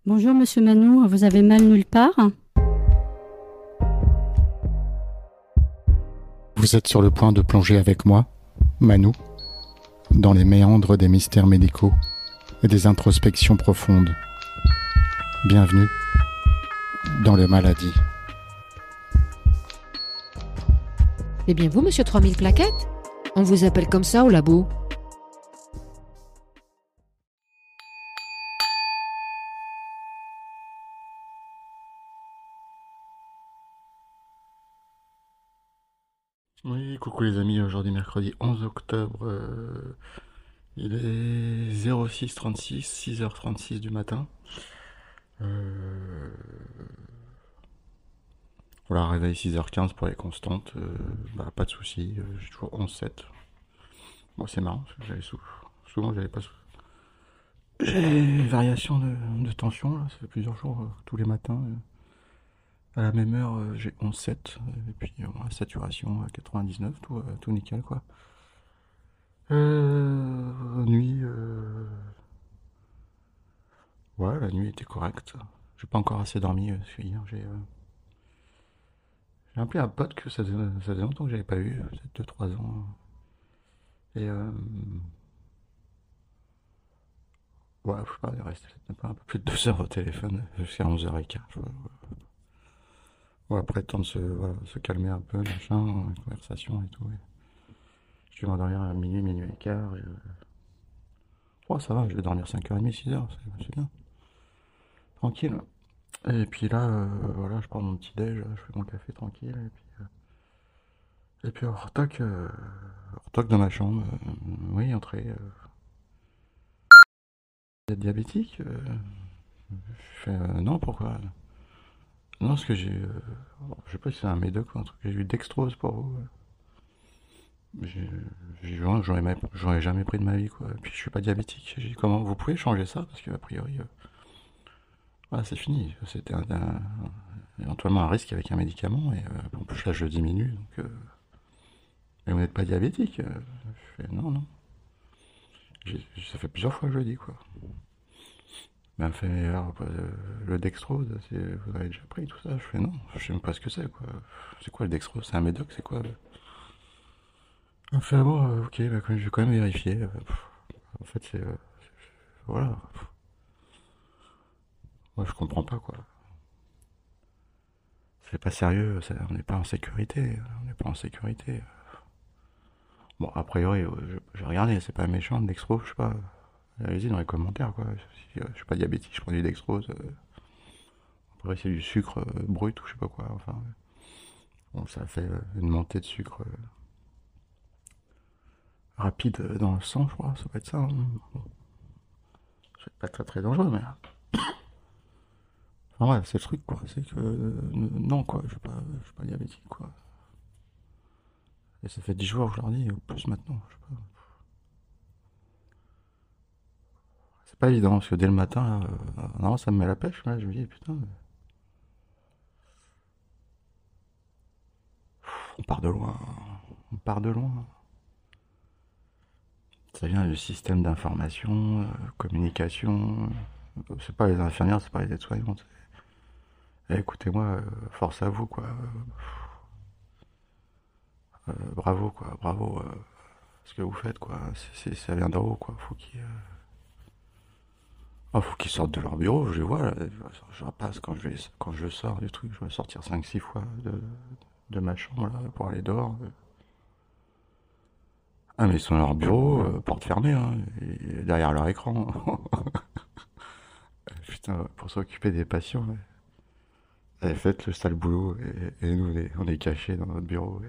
Bonjour Monsieur Manou, vous avez mal nulle part? Vous êtes sur le point de plonger avec moi, Manou, dans les méandres des mystères médicaux et des introspections profondes. Bienvenue dans les maladies. C'est bien vous, monsieur 3000 plaquettes? On vous appelle comme ça au labo? Oui, coucou les amis, aujourd'hui mercredi 11 octobre, il est 06h36, 6h36 du matin. Voilà, réveil 6h15 pour les constantes, pas de soucis, j'ai toujours 11,7. Bon, c'est marrant, parce que souvent j'avais pas. J'ai variation de tension, là, ça fait plusieurs jours, tous les matins. À la même heure, j'ai 11,7, et puis la saturation à 99, tout nickel quoi. Nuit, ouais, la nuit était correcte. J'ai pas encore assez dormi, parce que hier j'ai appelé un pote que ça faisait longtemps que j'avais pas eu, peut-être 2-3 ans. Et ouais, je sais pas, il restait peut-être un peu plus de 2 heures au téléphone, jusqu'à 11h15. Ouais, après, le temps de voilà, se calmer un peu, machin, la conversation et tout. Je vais m'endormir à minuit, minuit et quart. Ouais, ça va, je vais dormir 5h30, 6h, c'est bien. Tranquille. Et puis là, voilà, je prends mon petit déj, je fais mon café tranquille. Et puis alors, toc dans ma chambre. Oui, entrée. Vous êtes diabétique? Je fais non, pourquoi? Non, parce que je sais pas si c'est un médoc ou un truc, j'ai eu dextrose pour vous. J'ai- j'aurais jamais pris de ma vie, quoi. Et puis je suis pas diabétique. J'ai dit, comment vous pouvez changer ça? Parce que, a priori, voilà, c'est fini. C'était éventuellement un risque avec un médicament. Et en plus, là, je le diminue. Donc, mais vous n'êtes pas diabétique? Je fais non, non. Ça fait plusieurs fois que je le dis, quoi. Mais elle me fait, alors, le dextrose, vous avez déjà pris tout ça? Je fais non, je sais même pas ce que c'est, quoi. C'est quoi le dextrose? C'est un médoc? C'est quoi? Elle me fait, ah bon, ok, bah, je vais quand même vérifier. En fait, voilà. Moi, je comprends pas, quoi. C'est pas sérieux, on n'est pas en sécurité. On n'est pas en sécurité. Bon, a priori, j'ai regardé, c'est pas méchant, le dextrose, je sais pas. Allez-y dans les commentaires, quoi. Si, je suis pas diabétique, je prends du dextrose. Après, c'est du sucre brut ou je sais pas quoi. Enfin, bon, ça fait une montée de sucre rapide dans le sang, je crois. Ça peut être ça, hein. Bon, c'est pas très très dangereux, mais. Enfin, ouais, c'est le truc, quoi. C'est que. Non, quoi, je suis pas diabétique, quoi. Et ça fait 10 jours que je leur dis, ou plus maintenant, je sais pas. C'est pas évident, parce que dès le matin, là, non, ça me met la pêche, là, je me dis, putain, on part de loin. On part de loin. Ça vient du système d'information, communication. C'est pas les infirmières, c'est pas les aides-soignantes. Écoutez-moi, force à vous, quoi. Bravo, quoi. Bravo, ce que vous faites, quoi. Ça vient d'en haut, quoi. Faut qu'ils sortent de leur bureau, je les vois, là. Je repasse quand je sors du truc, je vais sortir 5-6 fois de ma chambre, là, pour aller dehors. Ah, mais ils sont dans leur bureau, porte fermée, hein, et derrière leur écran. Putain, pour s'occuper des patients, ouais. Faites le sale boulot, et nous, on est cachés dans notre bureau.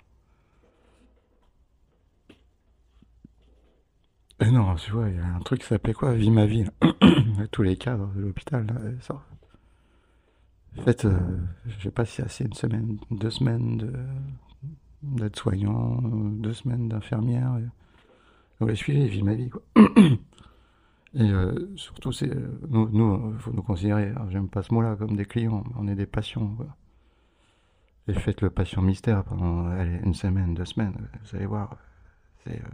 Et non, tu vois, il y a un truc qui s'appelait quoi? Vie ma vie, là. Tous les cadres de l'hôpital, là, ça. En fait, je sais pas si c'est une semaine, 2 semaines d'aide-soignant, 2 semaines d'infirmière. On les suivre, vie ma vie, quoi. Et surtout, faut nous considérer, alors, j'aime pas ce mot-là, comme des clients, on est des patients, quoi. Et faites le patient mystère pendant, allez, une semaine, 2 semaines, vous allez voir, c'est,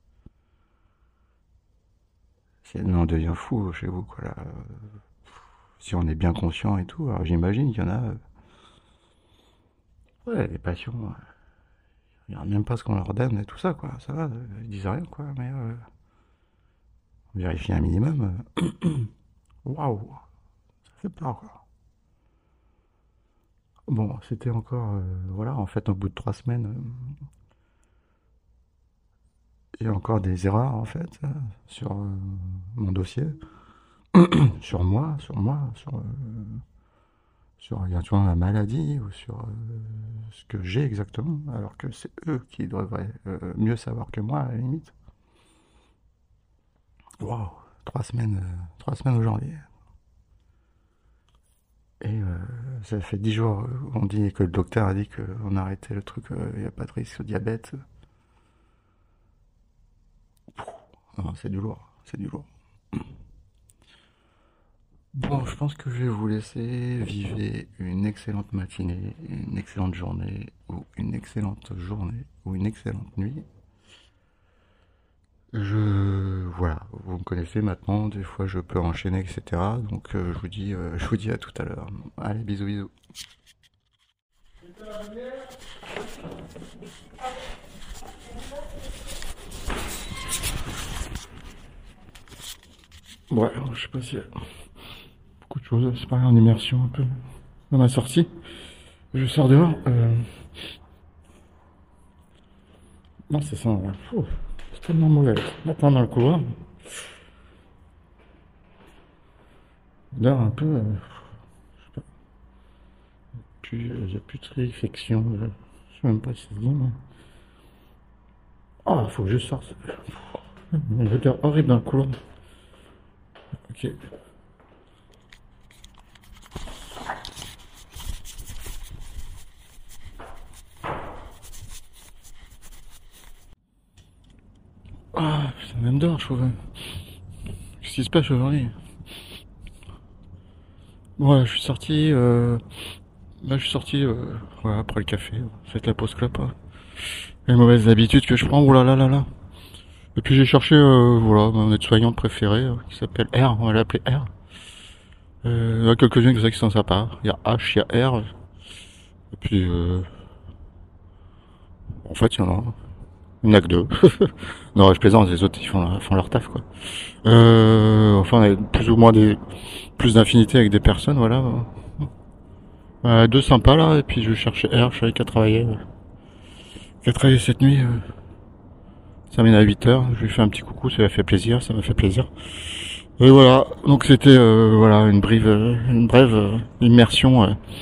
nous on devient fou chez vous, quoi, là. si on est bien conscient et tout. Alors j'imagine qu'il y en a, ouais, des patients, ils regardent même pas ce qu'on leur donne et tout ça, quoi. Ça va, ils disent rien, quoi, mais on vérifie un minimum. Waouh, ça fait peur, quoi. Bon, c'était encore, voilà, en fait, au bout de 3 semaines, il y a encore des erreurs, en fait, sur mon dossier, sur éventuellement la maladie ou sur ce que j'ai exactement, alors que c'est eux qui devraient mieux savoir que moi, à la limite. Waouh, 3 semaines, 3 semaines aujourd'hui. Et ça fait 10 jours on dit que le docteur a dit qu'on arrêtait le truc, il n'y a pas de risque au diabète. Non, c'est du lourd, c'est du lourd. Bon, je pense que je vais vous laisser. Vivre une excellente matinée, une excellente journée, ou une excellente journée, ou une excellente nuit. Voilà, vous me connaissez maintenant, des fois je peux enchaîner, etc. Donc je vous dis à tout à l'heure. Allez, bisous, bisous. Ouais, je sais pas si beaucoup de choses, c'est pareil en immersion un peu dans ma sortie. Je sors dehors. Non, c'est ça. C'est tellement mauvais. Maintenant dans le couloir. L'air un peu. Je sais pas. Il n'y a plus de réflexion. Je sais même pas si c'est dit, mais. Oh, faut que je sorte. Une odeur horrible dans le couloir. Ok. Ah, putain, même dehors, je trouve. Qu'est-ce qui se passe aujourd'hui? Voilà, je suis sorti. Là, je suis sorti voilà, après le café. Faites la pause clope. Hein. Les mauvaises habitudes que je prends. Oula là là là. Et puis j'ai cherché voilà, mon aide-soignante préférée qui s'appelle R. On va l'appeler R. Il y a quelques-unes comme ça qui sont sympas. Il y a H, il y a R. Et puis en fait, il y en a. Il n'y en a que deux. Non, je plaisante, les autres ils font leur taf quoi. Enfin, on a plus ou moins plus d'affinités avec des personnes, voilà. Deux sympas là, et puis je cherchais R, je savais qu'à travailler. Qui a travaillé cette nuit. Ça mène à 8 heures. Je lui fais un petit coucou, ça m'a fait plaisir, ça m'a fait plaisir. Et voilà, donc c'était voilà une brève immersion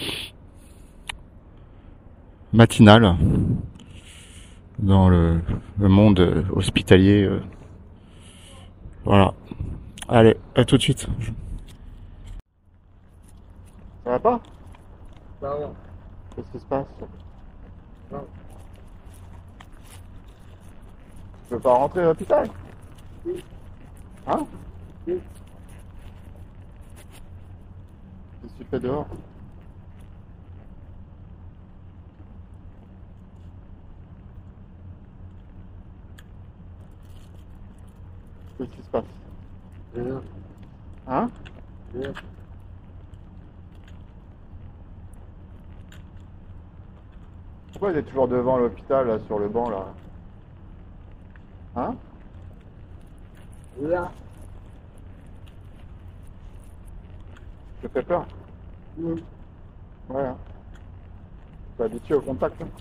matinale dans le monde hospitalier. Voilà. Allez, à tout de suite. Ça va pas? Non, Qu'est-ce qui se passe? non. Tu veux pas rentrer à l'hôpital? Oui. Hein? Oui. Qu'est-ce que tu fais dehors? Qu'est-ce qui se passe? Rien. Hein? Rien. Pourquoi il est toujours devant l'hôpital, là, sur le banc, là? Hein? Là. Ça te fait peur? Oui. Ouais. Hein. T'es habitué au contact, hein?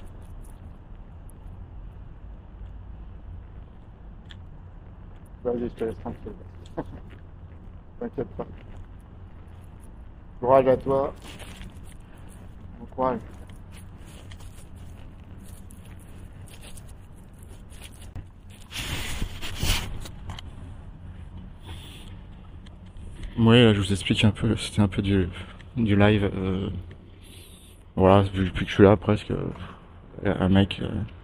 Vas-y, je te laisse tranquille. T'inquiète pas. Courage à toi. Bon courage. Oui, là, je vous explique un peu. C'était un peu du live. Voilà, depuis que je suis là, presque. Un mec.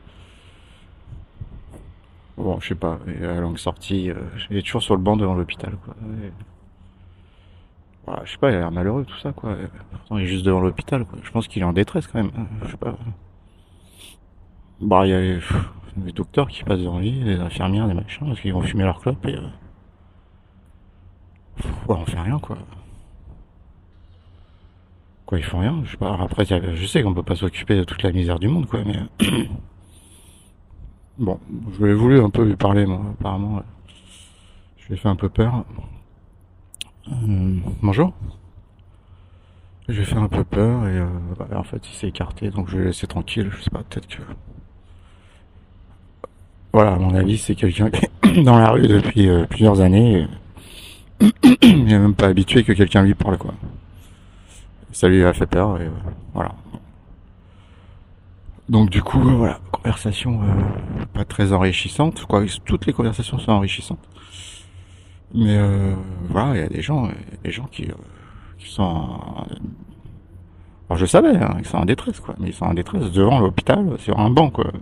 Bon, je sais pas. Et à longue sortie. Il est toujours sur le banc devant l'hôpital, quoi. Et, voilà, je sais pas, il a l'air malheureux, tout ça, quoi. Et pourtant, il est juste devant l'hôpital, quoi. Je pense qu'il est en détresse, quand même. Je sais pas. Bah, il y a les docteurs qui passent devant lui, les infirmières, les machins, parce qu'ils vont fumer leur clope et. Ouais, on fait rien, quoi. Quoi, ils font rien, je sais pas. Après, je sais qu'on peut pas s'occuper de toute la misère du monde, quoi, mais bon, je lui ai voulu un peu lui parler, moi, apparemment, je lui ai fait un peu peur. Bonjour. Je lui ai fait un peu peur et en fait, il s'est écarté, donc je l'ai laissé tranquille. Je sais pas, peut-être que voilà, à mon avis, c'est quelqu'un qui est dans la rue depuis plusieurs années. Il n'est même pas habitué que quelqu'un lui parle, quoi. Ça lui a fait peur et voilà. Donc du coup, voilà, conversation pas très enrichissante. Quoi, toutes les conversations sont enrichissantes. Mais voilà, il y a des gens qui sont... Alors je savais, hein, qu'ils sont en détresse, quoi. Mais ils sont en détresse devant l'hôpital, sur un banc, quoi.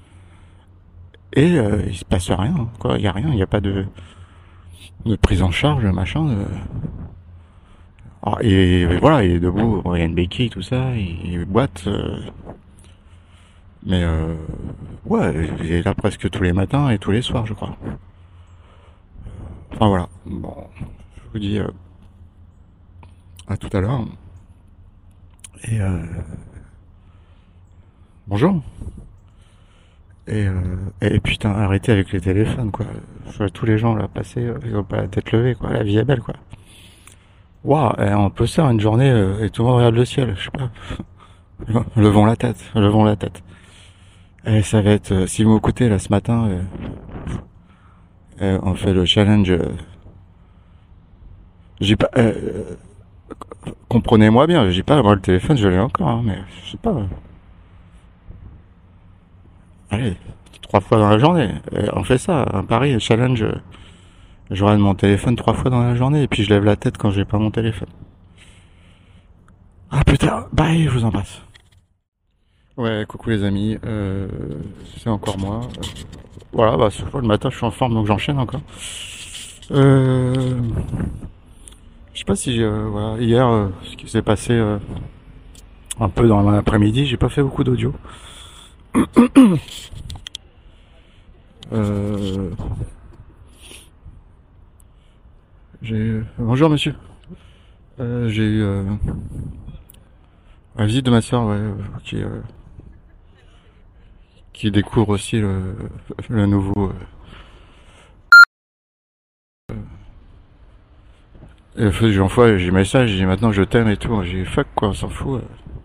Et il se passe rien, quoi. Il y a rien, il n'y a pas de prise en charge, machin. Alors, et voilà, il est debout, il y a une béquille, tout ça, il boite. Mais ouais, il est là presque tous les matins et tous les soirs, je crois. Enfin voilà. Bon, je vous dis à tout à l'heure. Et bonjour. Et putain, arrêtez avec les téléphones, quoi. Je vois tous les gens là passer, ils ont pas la tête levée, quoi. La vie est belle, quoi. Waouh, on peut se faire une journée et tout le monde regarde le ciel, je sais pas. Levons la tête, levons la tête. Et ça va être, si vous m'écoutez là ce matin, on fait le challenge. J'ai pas, comprenez-moi bien, j'ai pas moi le téléphone, je l'ai encore, hein, mais je sais pas. Allez, 3 fois dans la journée, on fait ça, un pari, un challenge. Je regarde mon téléphone 3 fois dans la journée et puis je lève la tête quand j'ai pas mon téléphone. Ah putain, bye, je vous embrasse. Ouais, coucou les amis, c'est encore moi. Voilà, bah le matin je suis en forme donc j'enchaîne encore. Je sais pas si voilà, hier ce qui s'est passé un peu dans l'après-midi, j'ai pas fait beaucoup d'audio. Bonjour monsieur. J'ai eu la visite de ma soeur, ouais, qui découvre aussi le nouveau. J'envoie, j'ai message, j'ai maintenant je t'aime et tout. J'ai fuck quoi, on s'en fout.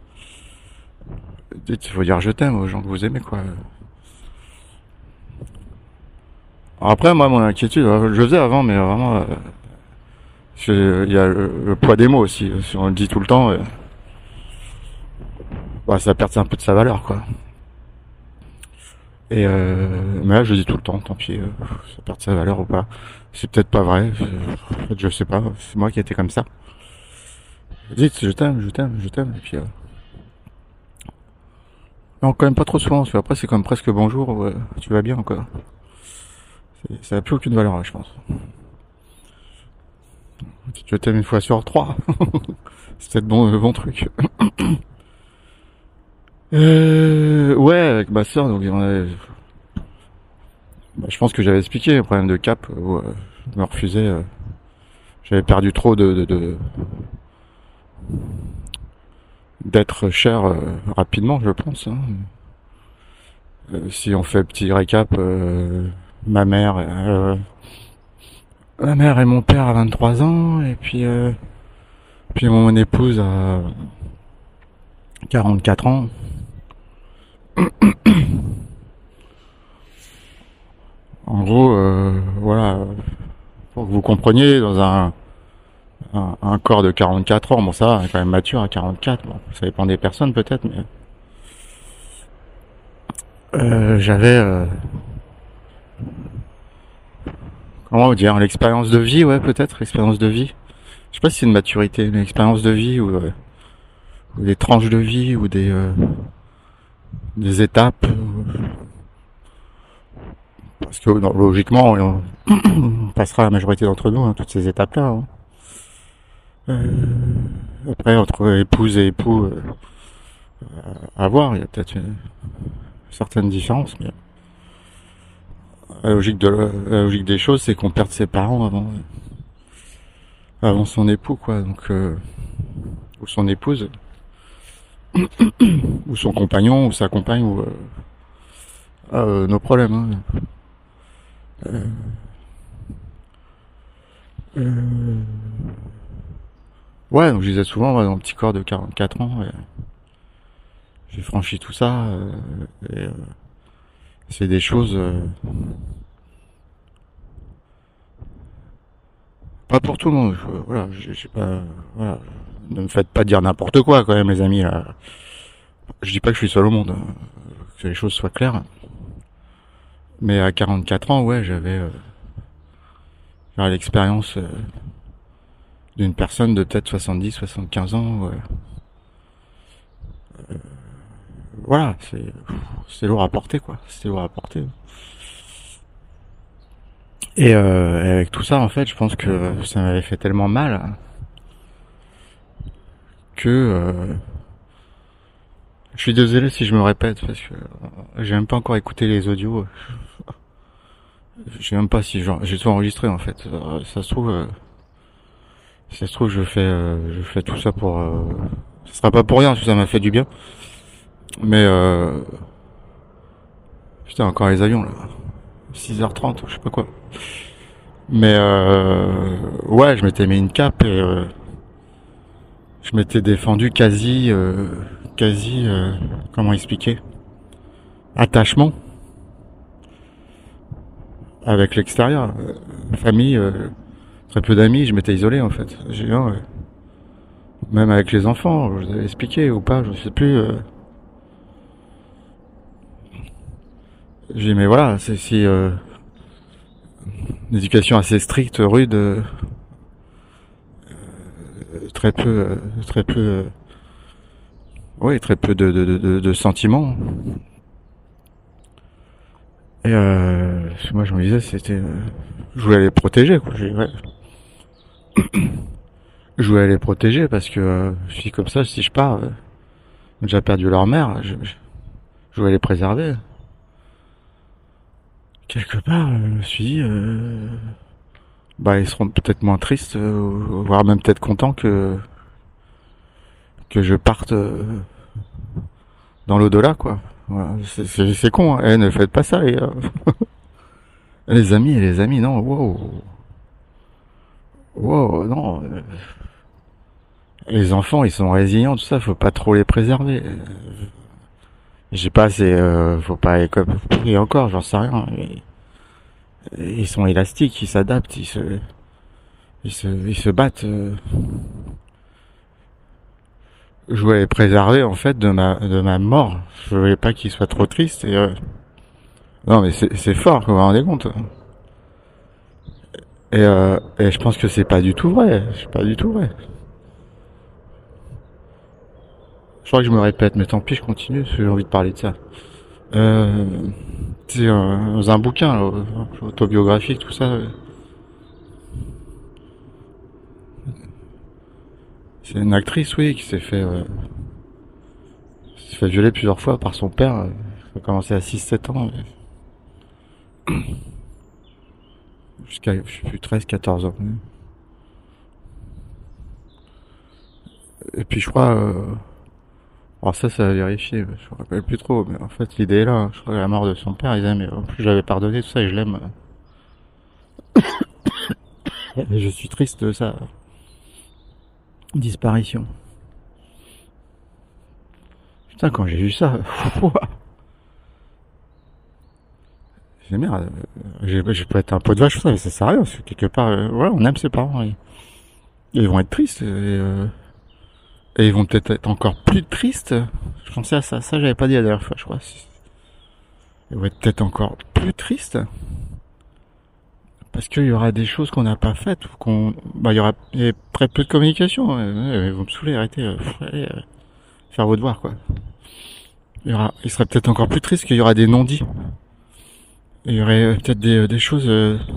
Il faut dire je t'aime aux gens que vous aimez quoi. Alors après moi mon inquiétude, je le faisais avant mais vraiment il y a le poids des mots aussi. Si on le dit tout le temps, bah, ça perd un peu de sa valeur quoi. Et mais là je le dis tout le temps, tant pis, ça perd sa valeur ou pas. C'est peut-être pas vrai, en fait je sais pas, c'est moi qui étais comme ça. Dites je t'aime, je t'aime, je t'aime, et puis non quand même pas trop souvent, parce que après c'est comme presque bonjour, tu vas bien quoi. Ça a plus aucune valeur là, je pense. Je t'aime une fois sur 3. C'est peut-être bon truc. Ouais, avec ma soeur, donc bah, je pense que j'avais expliqué le problème de cap où je me refusais. J'avais perdu trop d'être cher rapidement, je pense. Hein. Si on fait petit récap, ma mère et mon père à 23 ans, et puis mon épouse à 44 ans. En gros, voilà, pour que vous compreniez, dans un corps de 44 ans, bon ça va, quand même mature à 44, bon, ça dépend des personnes peut-être, mais j'avais, comment vous dire, l'expérience de vie, ouais peut-être, l'expérience de vie. Je sais pas si c'est une maturité, une expérience de vie ou des tranches de vie ou des étapes. Parce que non, logiquement, on passera la majorité d'entre nous toutes ces étapes-là. Hein. Après, entre épouse et époux, à voir, il y a peut-être certaines différences, mais la logique des choses, c'est qu'on perde ses parents avant son époux, quoi. Donc, ou son épouse. ou son compagnon, ou sa compagne, ou nos problèmes. Hein. Euh, euh, Ouais, donc je disais souvent, dans mon petit corps de 44 ans, j'ai franchi tout ça, et c'est des choses, pas pour tout le monde. Voilà, j'ai pas, voilà, ne me faites pas dire n'importe quoi quand même, les amis. Là. Je dis pas que je suis seul au monde, hein, que les choses soient claires. Mais à 44 ans, ouais, j'avais l'expérience d'une personne de peut-être 70, 75 ans. Ouais. Voilà, c'est lourd à porter, quoi. C'est lourd à porter. Et avec tout ça, en fait, je pense que ça m'avait fait tellement mal que je suis désolé si je me répète parce que j'ai même pas encore écouté les audios. Je sais même pas si j'ai tout enregistré en fait. Ça se trouve, je fais tout ça pour. Ce sera pas pour rien, parce que ça m'a fait du bien. Mais putain, encore les avions là. 6h30, je sais pas quoi. Mais ouais, je m'étais mis une cape et je m'étais défendu quasi, comment expliquer, attachement avec l'extérieur, famille, très peu d'amis, je m'étais isolé en fait. Même avec les enfants, je vous avais expliqué ou pas, je sais plus. J'ai dit mais voilà, c'est si une éducation assez stricte, rude, très peu, oui, très peu de sentiments. Et moi je me disais c'était, je voulais les protéger quoi. Ouais. Je voulais les protéger parce que je suis comme ça, si je pars, j'ai déjà perdu leur mère, je voulais les préserver. Quelque part, je me suis dit, bah ils seront peut-être moins tristes, voire même peut-être contents que je parte dans l'au-delà quoi. Voilà. C'est con, hein. Ne faites pas ça les gars. Les amis, non, wow, non. Les enfants, ils sont résilients, tout ça, faut pas trop les préserver. J'ai pas assez, faut pas, et encore, j'en sais rien. Ils sont élastiques, ils s'adaptent, ils se battent. Je voulais les préserver en fait de ma mort. Je voulais pas qu'ils soient trop tristes. Et non, mais c'est fort, vous vous rendez compte. Et je pense que c'est pas du tout vrai. C'est pas du tout vrai. Je crois que je me répète, mais tant pis, je continue parce que j'ai envie de parler de ça. Euh, c'est dans un bouquin là, autobiographique, tout ça. C'est une actrice, oui, qui s'est fait violer plusieurs fois par son père. Ça a commencé à 6-7 ans. Jusqu'à, je sais plus, 13-14 ans. Et puis je crois, alors ça à vérifier, je me rappelle plus trop, mais en fait l'idée est là. Hein. Je crois que la mort de son père, il disait, mais en plus j'avais pardonné tout ça et je l'aime. Et je suis triste de sa disparition. Putain, quand j'ai vu ça, j'ai dit, merde, j'ai pas été un pot de vache, tout ça, mais ça sert à rien, parce que quelque part, voilà, on aime ses parents, et ils vont être tristes, et ils vont peut-être être encore plus tristes. Je pensais à ça j'avais pas dit la dernière fois, je crois. Ils vont être peut-être encore plus tristes, parce qu'il y aura des choses qu'on n'a pas faites, ou il y aura très peu de communication, ils vont me saouler, arrêtez, allez, faire vos devoirs, quoi. Il serait peut-être encore plus triste qu'il y aura des non-dits. Il y aurait peut-être des choses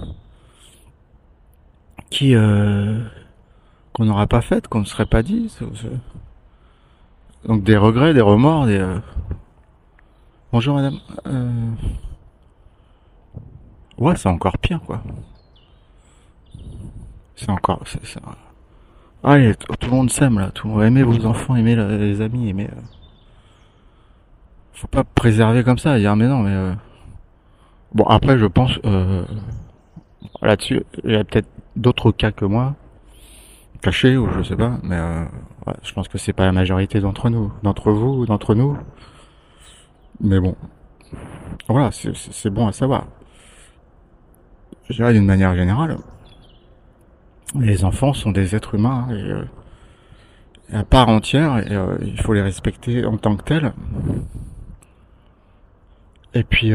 qui qu'on n'aura pas faites, qu'on ne serait pas dit. Donc des regrets, des remords, Bonjour madame. Ouais, c'est encore pire quoi. C'est encore. Allez, tout le monde s'aime là. Tout le monde aimez vos enfants, aimez les amis, aimez. faut pas préserver comme ça, dire mais non, mais bon après je pense là-dessus, il y a peut-être d'autres cas que moi, cachés ou je sais pas, mais ouais, je pense que c'est pas la majorité d'entre nous, d'entre vous, d'entre nous. Mais bon, voilà, c'est bon à savoir. Je dirais d'une manière générale, les enfants sont des êtres humains et à part entière et il faut les respecter en tant que tels. Et puis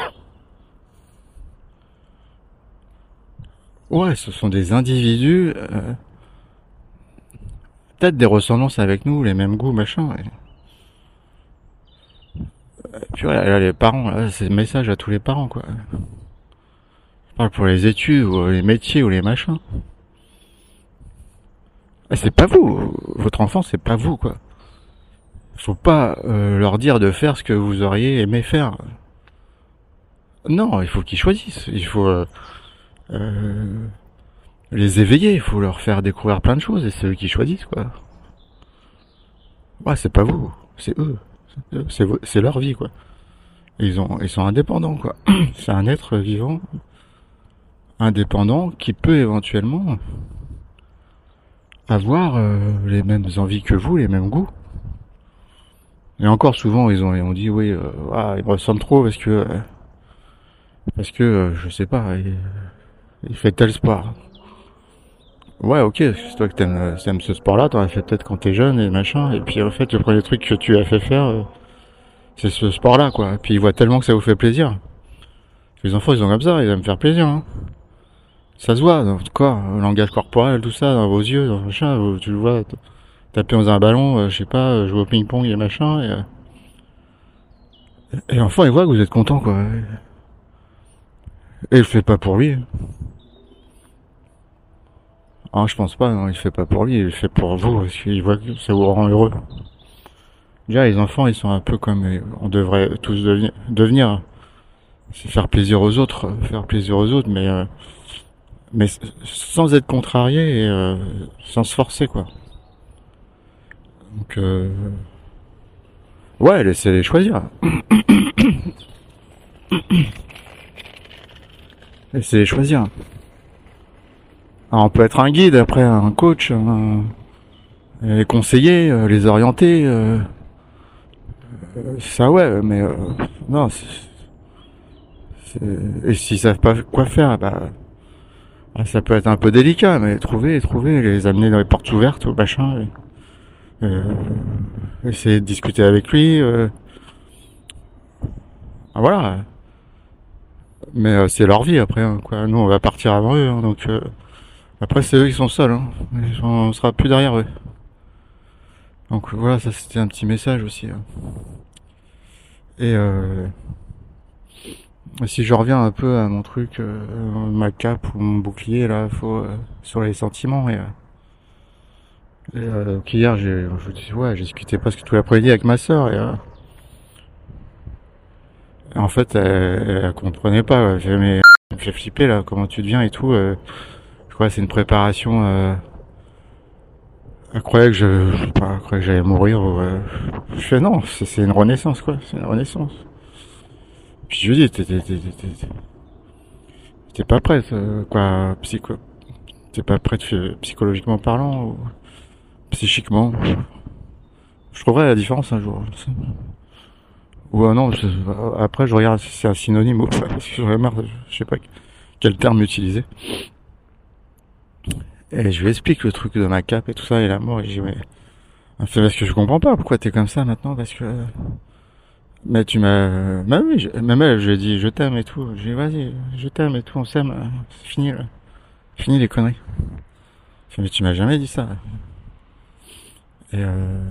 ouais, ce sont des individus, peut-être des ressemblances avec nous, les mêmes goûts, machin. Et puis ouais, là, les parents, là, c'est le message à tous les parents, quoi. Je parle pour les études, ou les métiers, ou les machins. C'est pas vous, votre enfant, c'est pas vous, quoi. Faut pas leur dire de faire ce que vous auriez aimé faire. Non, il faut qu'ils choisissent. Il faut les éveiller, il faut leur faire découvrir plein de choses, et c'est eux qui choisissent, quoi. Ouais, c'est pas vous, c'est eux. C'est leur vie, quoi. Ils sont indépendants, quoi. C'est un être vivant, indépendant, qui peut éventuellement avoir les mêmes envies que vous, les mêmes goûts. Et encore souvent, ils ont dit oui, ah, il me ressemble trop parce que je sais pas, il fait tel sport. Ouais, ok, c'est toi que t'aimes ce sport-là, t'en as fait peut-être quand t'es jeune et machin, et puis en fait, le premier truc que tu as fait faire, c'est ce sport-là, quoi. Et puis ils voient tellement que ça vous fait plaisir. Les enfants, ils sont comme ça, ils aiment faire plaisir, hein. Ça se voit dans votre corps, le langage corporel, tout ça, dans vos yeux, dans machin, tu le vois taper dans un ballon, je sais pas, jouer au ping-pong et machin, et l'enfant, il voit que vous êtes content, quoi. Et il le fait pas pour lui. Ah, je pense pas, non, il le fait pas pour lui, il le fait pour vous, parce qu'il voit que ça vous rend heureux. Déjà, les enfants, ils sont un peu comme on devrait tous devenir. C'est faire plaisir aux autres, mais sans être contrarié et sans se forcer, quoi. Donc, ouais, laissez-les choisir. Laissez-les choisir. Alors, on peut être un guide, après un coach, les conseiller, les orienter. Ça ouais, mais non. Et s'ils savent pas quoi faire, bah ça peut être un peu délicat, mais trouver, les amener dans les portes ouvertes au machin. Essayer de discuter avec lui. Voilà. Mais c'est leur vie après, hein, quoi. Nous, on va partir avant eux, hein, donc après c'est eux qui sont seuls. Hein. On sera plus derrière eux. Donc voilà, ça c'était un petit message aussi. Hein. Et si je reviens un peu à mon truc, ma cape ou mon bouclier là, faut sur les sentiments qu'hier j'ai discuté presque tout l'après-midi avec ma sœur et en fait elle comprenait pas. Elle fait, mais elle me fait flipper là, comment tu deviens et tout. Je crois que c'est une préparation. Elle croyait que je sais pas, elle croyait que j'allais mourir. Je fais non, c'est une renaissance quoi, c'est une renaissance. Puis je lui dis t'es pas prête quoi, t'es pas prête psychologiquement parlant ou psychiquement. Je trouverai la différence un jour. Ou non, après je regarde si c'est un synonyme ou pas, parce que j'en ai marre, je sais pas quel terme utiliser. Et je lui explique le truc de ma cape et tout ça et la mort, et je dis mais c'est parce que je comprends pas pourquoi t'es comme ça maintenant, parce que mais tu m'as bah oui, même elle, je lui ai dit je t'aime et tout, j'ai dit vas-y, je t'aime et tout, on s'aime, c'est fini là. Fini les conneries. Mais tu m'as jamais dit ça. Et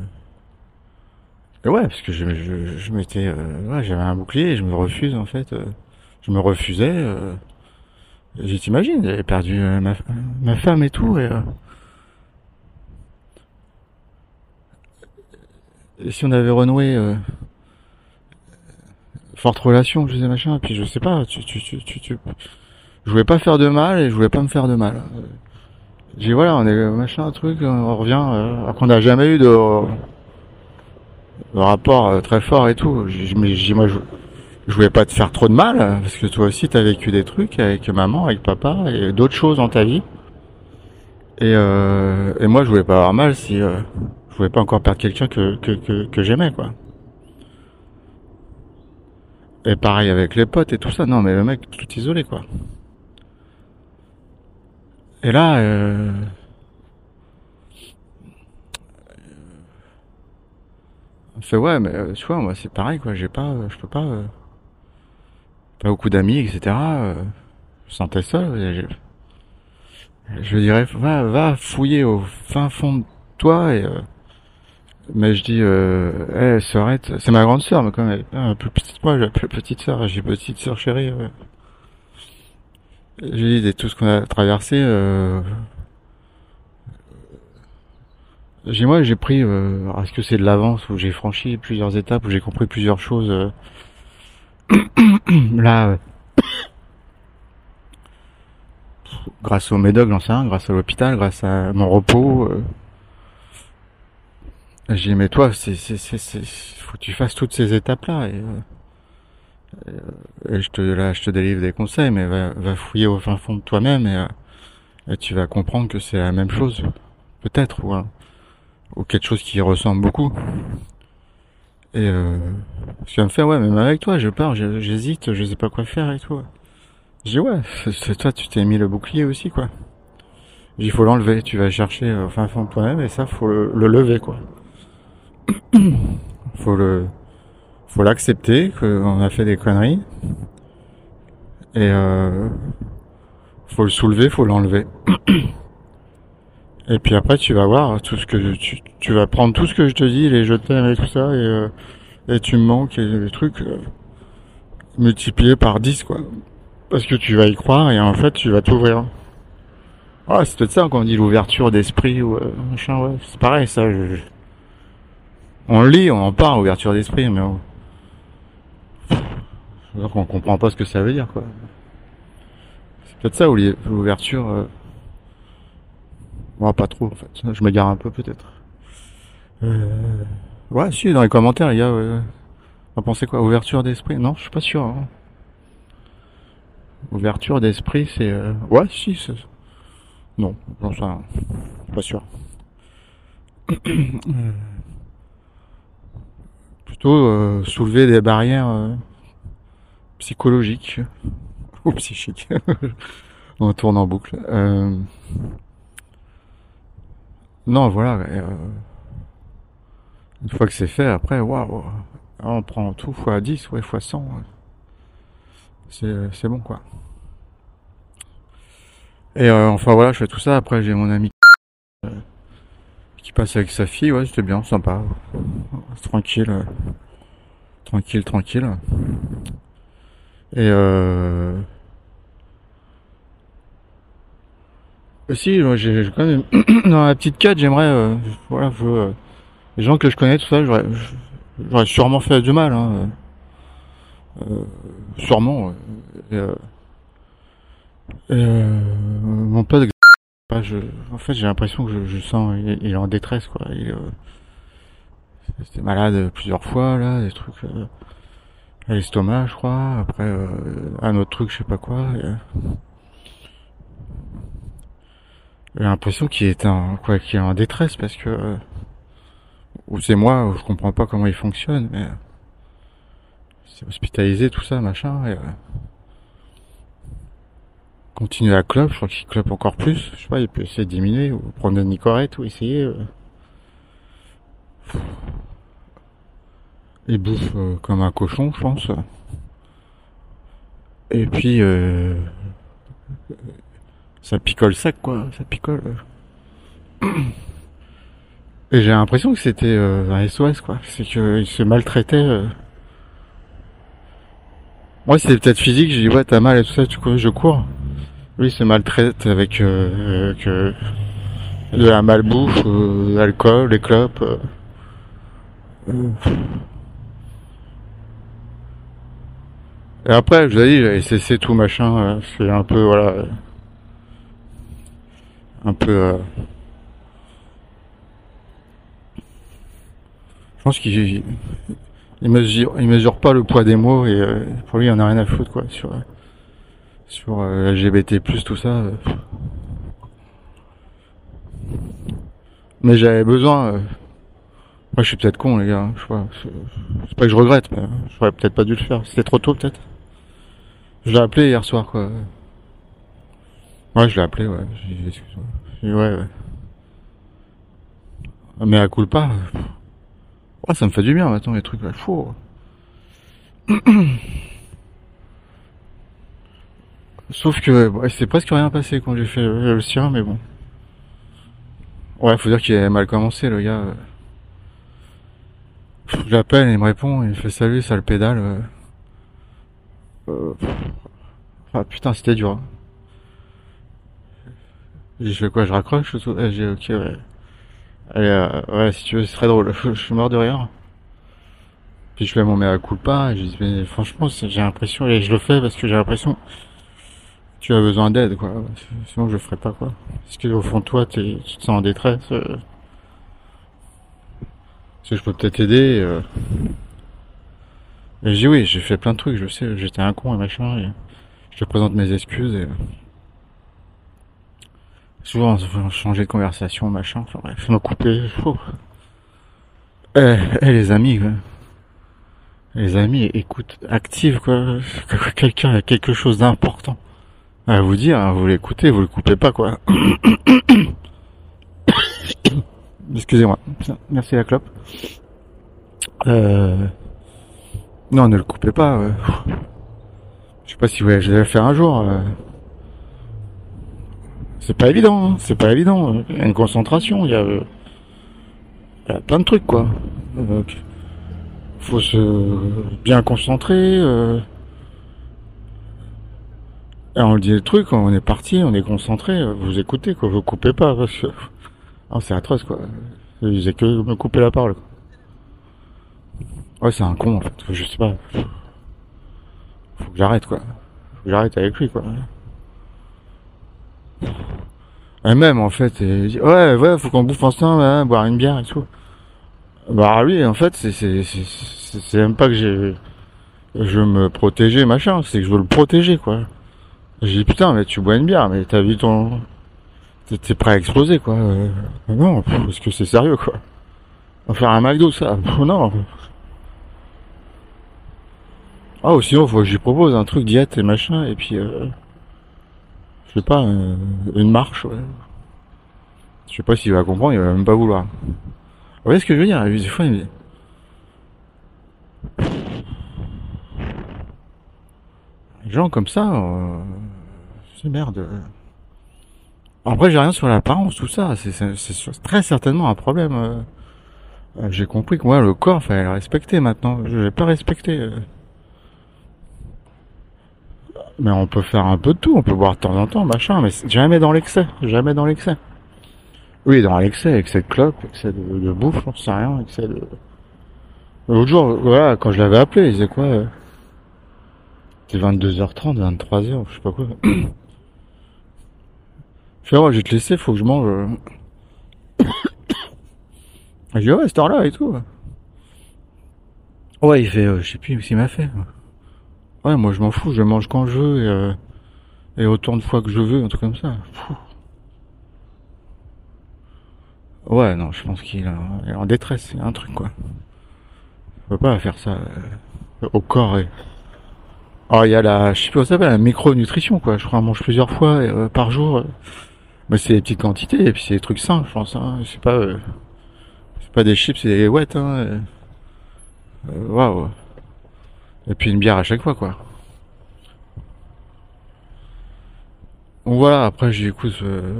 ouais, parce que je m'étais, ouais, j'avais un bouclier et je me refuse en fait. Je me refusais. T'imagines, j'avais perdu ma femme et tout. Et si on avait renoué forte relation, je disais machin, et puis je sais pas, je voulais pas faire de mal et je voulais pas me faire de mal. J'ai dit voilà, on est machin, un truc, on revient, alors qu'on n'a jamais eu de le rapport très fort et tout. Mais moi, je voulais pas te faire trop de mal, parce que toi aussi, t'as vécu des trucs avec maman, avec papa, et d'autres choses dans ta vie. Et moi, je voulais pas avoir mal si je voulais pas encore perdre quelqu'un que j'aimais, quoi. Et pareil avec les potes et tout ça. Non, mais le mec, tout isolé, quoi. Et là, on fait ouais, mais tu vois, moi, c'est pareil, quoi. Je peux pas, pas beaucoup d'amis, etc. Je me sentais seul. Je dirais, va fouiller au fin fond de toi et mais je dis, Sorette, c'est ma grande sœur, mais quand même, elle est un peu petite que moi, je l'appelle petite sœur, j'ai petite sœur chérie. J'ai dit, tout ce qu'on a traversé, moi, j'ai pris, est-ce que c'est de l'avance, où j'ai franchi plusieurs étapes, où j'ai compris plusieurs choses, là, grâce au médoc, j'en sais rien, grâce à l'hôpital, grâce à mon repos, j'ai dit, mais toi, faut que tu fasses toutes ces étapes-là, et je te délivre des conseils, mais va fouiller au fin fond de toi-même, et tu vas comprendre que c'est la même chose, peut-être, ou quelque chose qui ressemble beaucoup. Et tu vas me faire, ouais, même avec toi, je pars, j'hésite, je sais pas quoi faire et tout. Je dis, ouais, c'est toi, tu t'es mis le bouclier aussi, quoi. Il faut l'enlever, tu vas chercher au fin fond de toi-même, et ça, faut le lever, quoi. Faut le, faut l'accepter, qu'on a fait des conneries, et faut le soulever, faut l'enlever. Et puis après, tu vas voir tout ce que tu vas prendre tout ce que je te dis, les je t'aime et tout ça, et tu me manques, et les trucs multipliés par 10, quoi. Parce que tu vas y croire, et en fait, tu vas t'ouvrir. Ah, c'est peut-être ça quand on dit l'ouverture d'esprit, ou machin, ouais. C'est pareil, ça. On le lit, on en parle, ouverture d'esprit, mais c'est-à-dire qu'on comprend pas ce que ça veut dire, quoi. C'est peut-être ça, ou l'ouverture... Bon, pas trop, en fait. Je m'égare un peu, peut-être. Ouais, si, dans les commentaires, il y a... on pensait quoi? Ouverture d'esprit? Non, je suis pas sûr. Hein. Ouverture d'esprit, c'est... Ouais, si, c'est... Non, j'en sais rien. Pas sûr. Plutôt soulever des barrières psychologiques ou psychiques. On tourne en boucle. Non, voilà. Une fois que c'est fait, après, waouh, on prend tout fois 10, ouais, fois 100. C'est bon, quoi. Et enfin voilà, je fais tout ça. Après, j'ai mon ami qui passe avec sa fille. Ouais, c'était bien, sympa. Tranquille, tranquille. Et aussi, moi, j'ai quand même dans la petite carte, j'aimerais, voilà, les gens que je connais, tout ça, j'aurais sûrement fait du mal, hein, sûrement. Mon pote, en fait, j'ai l'impression que je sens, il est en détresse, quoi. Il était malade plusieurs fois, là, des trucs à l'estomac, je crois. Après, un autre truc, je sais pas quoi. J'ai l'impression qu'il est en détresse parce que, ou c'est moi, où je comprends pas comment il fonctionne, mais c'est hospitalisé, tout ça, machin, et continue à clope, je crois qu'il clope encore plus, je sais pas, il peut essayer de diminuer, ou prendre une Nicorette, ou essayer, il bouffe comme un cochon, je pense. Et puis, ça picole sec, quoi, ça picole. Et j'ai l'impression que c'était un SOS, quoi, c'est qu'il se maltraitait. Moi, c'est peut-être physique, j'ai dit, ouais, t'as mal et tout ça, je cours. Lui, il se maltraite avec de la malbouffe, l'alcool, les clopes. Et après, je vous ai dit, j'avais cessé tout machin. C'est un peu, voilà, un peu. Je pense il mesure pas le poids des mots et pour lui il en a rien à foutre quoi sur LGBT+, tout ça. Mais j'avais besoin. Moi je suis peut-être con les gars, je sais pas. C'est pas que je regrette, mais j'aurais peut-être pas dû le faire. C'était trop tôt peut-être. Je l'ai appelé hier soir quoi. Ouais, je l'ai appelé, ouais. Excuse-moi. J'ai dit, ouais. Mais à culpa. Ouais, ça me fait du bien maintenant les trucs là. Fou. Sauf que ouais, c'est presque rien passé quand j'ai fait le sien, mais bon. Ouais, faut dire qu'il a mal commencé le gars. Je l'appelle, il me répond, il me fait salut, ça le pédale. Ah putain, c'était dur. Hein. J'ai fait quoi, je raccroche ou tout? J'ai ok, ouais. Allez, ouais, si tu veux, ce serait drôle. Je suis mort de rire. Puis je fais mon mea culpa, et je dis, mais franchement, j'ai l'impression, et je le fais parce que j'ai l'impression, tu as besoin d'aide, quoi. Sinon, je le ferais pas, quoi. Parce que au fond de toi, tu te sens en détresse. Parce que je peux peut-être t'aider. Et je dis oui, j'ai fait plein de trucs, je sais, j'étais un con et machin. Et je te présente mes excuses et souvent changer de conversation, machin. Enfin bref, me couper. Les amis, quoi. Les amis, écoute, active, quoi. Quelqu'un a quelque chose d'important à vous dire, hein, vous l'écoutez, vous le coupez pas, quoi. Excusez-moi. Merci la clope. Non, ne le coupez pas. Je sais pas si vous allez le faire un jour. C'est pas évident, hein, c'est pas évident. Il y a une concentration, il y a plein de trucs, quoi. Faut se bien concentrer. Et on le dit le truc, on est parti, on est concentré. Vous écoutez, quoi. Vous coupez pas parce que c'est atroce, quoi. Je disais que me couper la parole. Quoi. Ouais, c'est un con, en fait. Je sais pas. Faut que j'arrête, quoi. Faut que j'arrête avec lui, quoi. Et même, en fait, il dit, ouais, faut qu'on bouffe ensemble, hein, boire une bière et tout. Bah, lui, en fait, c'est même pas que je veux me protéger, machin, c'est que je veux le protéger, quoi. J'ai dit, putain, mais tu bois une bière, mais t'as vu t'es prêt à exploser, quoi. Non, parce que c'est sérieux, quoi. On va faire un McDo, ça. Non. Ah, ou sinon, faut que j'y propose un truc diète et machin, et puis, je sais pas, une marche, ouais. Je sais pas s'il va comprendre, il va même pas vouloir. Vous voyez ce que je veux dire? Des fois, il me dit... Les gens comme ça, c'est merde. Après, j'ai rien sur l'apparence, tout ça. C'est très certainement un problème. J'ai compris que moi, le corps, fallait le respecter maintenant. Je l'ai pas respecté. Mais on peut faire un peu de tout. On peut boire de temps en temps, machin. Mais jamais dans l'excès. Jamais dans l'excès. Oui, dans l'excès. Excès de clope, excès de bouffe, j'en sais rien. Excès de... L'autre jour, voilà, quand je l'avais appelé, il disait quoi c'était 22h30, 23h, je sais pas quoi. Je fais, ouais, je vais te laisser, faut que je mange. Je dis, ouais, cette heure-là et tout. Ouais, il fait, je sais plus ce qu'il m'a fait. Ouais, moi je m'en fous, je mange quand je veux et autant de fois que je veux, un truc comme ça. Fou. Ouais, non, je pense qu'il est en détresse, il y a un truc, quoi. On peut pas faire ça au corps et... Alors il y a je sais pas comment ça s'appelle, la micronutrition, quoi. Je crois qu'on mange plusieurs fois par jour. Mais c'est des petites quantités, et puis c'est des trucs sains, je pense, hein. C'est pas des chips, c'est des wet, hein. Waouh. Et puis une bière à chaque fois, quoi. Donc voilà, après j'ai écoute,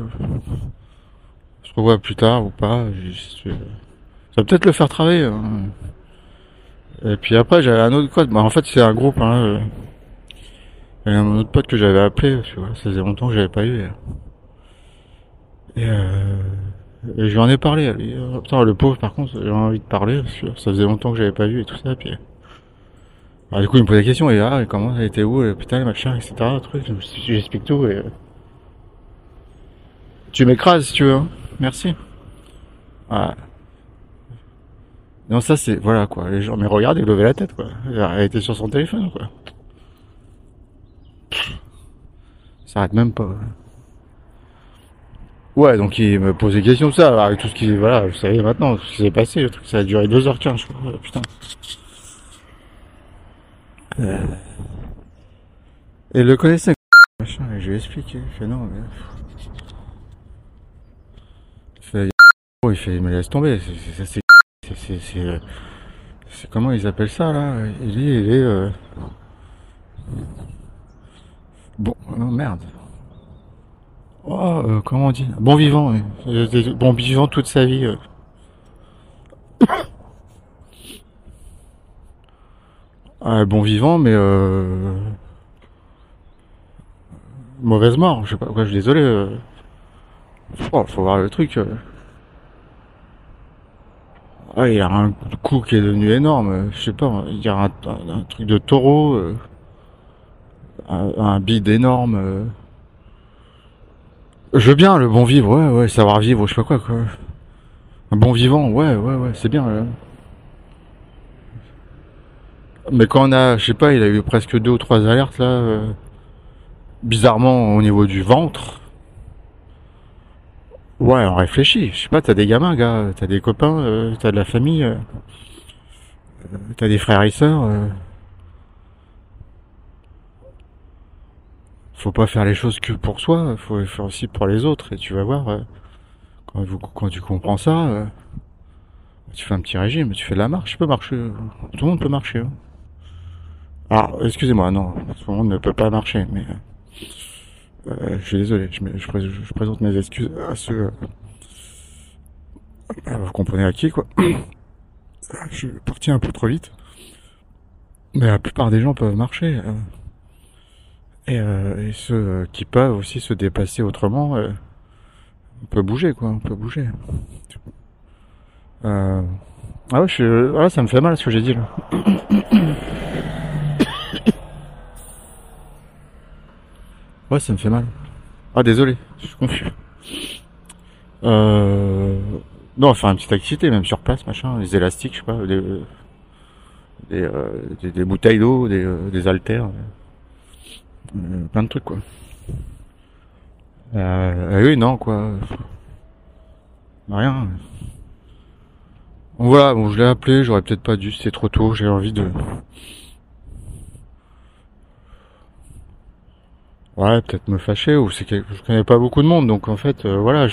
je revois plus tard ou pas. Ça va peut-être le faire travailler. Hein. Et puis après j'avais un autre code. Bah, en fait c'est un groupe. Hein, il y a un autre pote que j'avais appelé. Parce que, voilà, ça faisait longtemps que j'avais pas eu. Et je lui en ai parlé. Lui. Putain, le pauvre par contre, j'ai envie de parler parce que ça faisait longtemps que j'avais pas vu et tout ça. Puis alors, du coup il me pose des questions. Et et comment ça a été où, putain les machins, etc. Truc. J'explique tout et tu m'écrases si tu veux. Hein. Merci. Voilà. Non, ça c'est, voilà quoi, les gens, mais regardez, levez la tête quoi. Elle était sur son téléphone quoi. Ça arrête même pas. Ouais, donc il me pose des questions de ça, avec tout ce qui, voilà, vous savez maintenant, ce qui s'est passé, le truc, ça a duré 2h15, je crois, putain. Et il le connaissait, machin, et je lui ai expliqué, il fait non, mais... il me laisse tomber, c'est comment ils appellent ça, là? Il est, bon, oh, merde. Oh, comment on dit? Bon vivant, oui. Bon vivant toute sa vie. Bon vivant, mais mauvaise mort. Je sais pas quoi, je suis désolé. Oh, faut voir le truc. Il a un coup qui est devenu énorme. Je sais pas, il y a un truc de taureau, un bide énorme. Je veux bien le bon vivre, ouais, savoir vivre, je sais pas quoi. Un bon vivant, ouais, c'est bien. Mais quand on a, je sais pas, il a eu presque 2 ou 3 alertes là, bizarrement au niveau du ventre. Ouais, on réfléchit. Je sais pas, t'as des gamins, gars, t'as des copains, t'as de la famille, t'as des frères et sœurs. Faut pas faire les choses que pour soi, faut les faire aussi pour les autres. Et tu vas voir, quand tu comprends ça, tu fais un petit régime, tu fais de la marche, tu peux marcher. Tout le monde peut marcher. Hein. Alors, excusez-moi, non, tout le monde ne peut pas marcher, mais je suis désolé, je présente mes excuses à ceux, vous comprenez à qui, quoi. Je suis parti un peu trop vite, mais la plupart des gens peuvent marcher, et ceux qui peuvent aussi se déplacer autrement, on peut bouger, quoi, on peut bouger. Ah ouais, voilà, ça me fait mal ce que j'ai dit là. Ouais, ça me fait mal. Ah, désolé, je suis confus. Non, faire une petite activité, même sur place, machin, les élastiques, je sais pas, des bouteilles d'eau, des haltères, plein de trucs, quoi. Oui, non, quoi. Rien. Bon, voilà, bon, je l'ai appelé, j'aurais peut-être pas dû, c'est trop tôt, j'ai envie de... Ouais, peut-être me fâcher, ou je connais pas beaucoup de monde, donc en fait, voilà,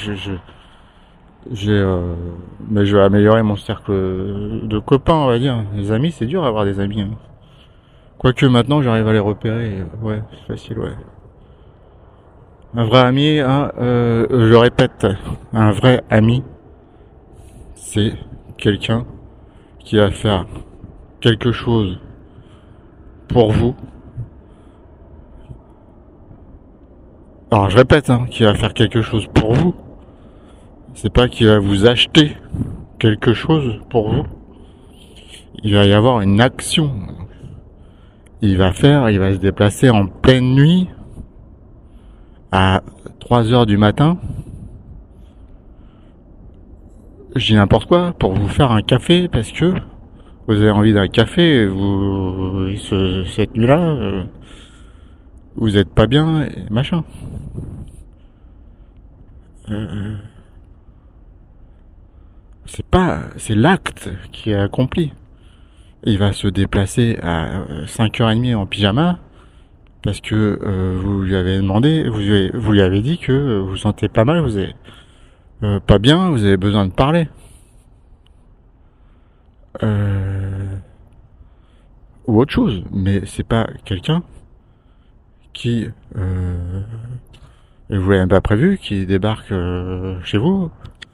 mais je vais améliorer mon cercle de copains, on va dire. Les amis, c'est dur d'avoir des amis. Hein. Quoique maintenant, j'arrive à les repérer. Ouais, c'est facile, ouais. Un vrai ami, hein, je répète, un vrai ami, c'est quelqu'un qui va faire quelque chose pour vous. Alors, je répète, hein, qui va faire quelque chose pour vous. C'est pas qu'il va vous acheter quelque chose pour vous. Il va y avoir une action. Il va se déplacer en pleine nuit à 3 heures du matin. Je dis n'importe quoi pour vous faire un café parce que vous avez envie d'un café. Cette nuit-là, vous êtes pas bien et machin. C'est l'acte qui est accompli. Il va se déplacer à 5h30 en pyjama parce que vous lui avez demandé, vous lui avez dit que vous vous sentez pas mal, vous avez pas bien, vous avez besoin de parler. Ou autre chose, mais c'est pas quelqu'un qui et vous l'avez même pas prévu, qui débarque chez vous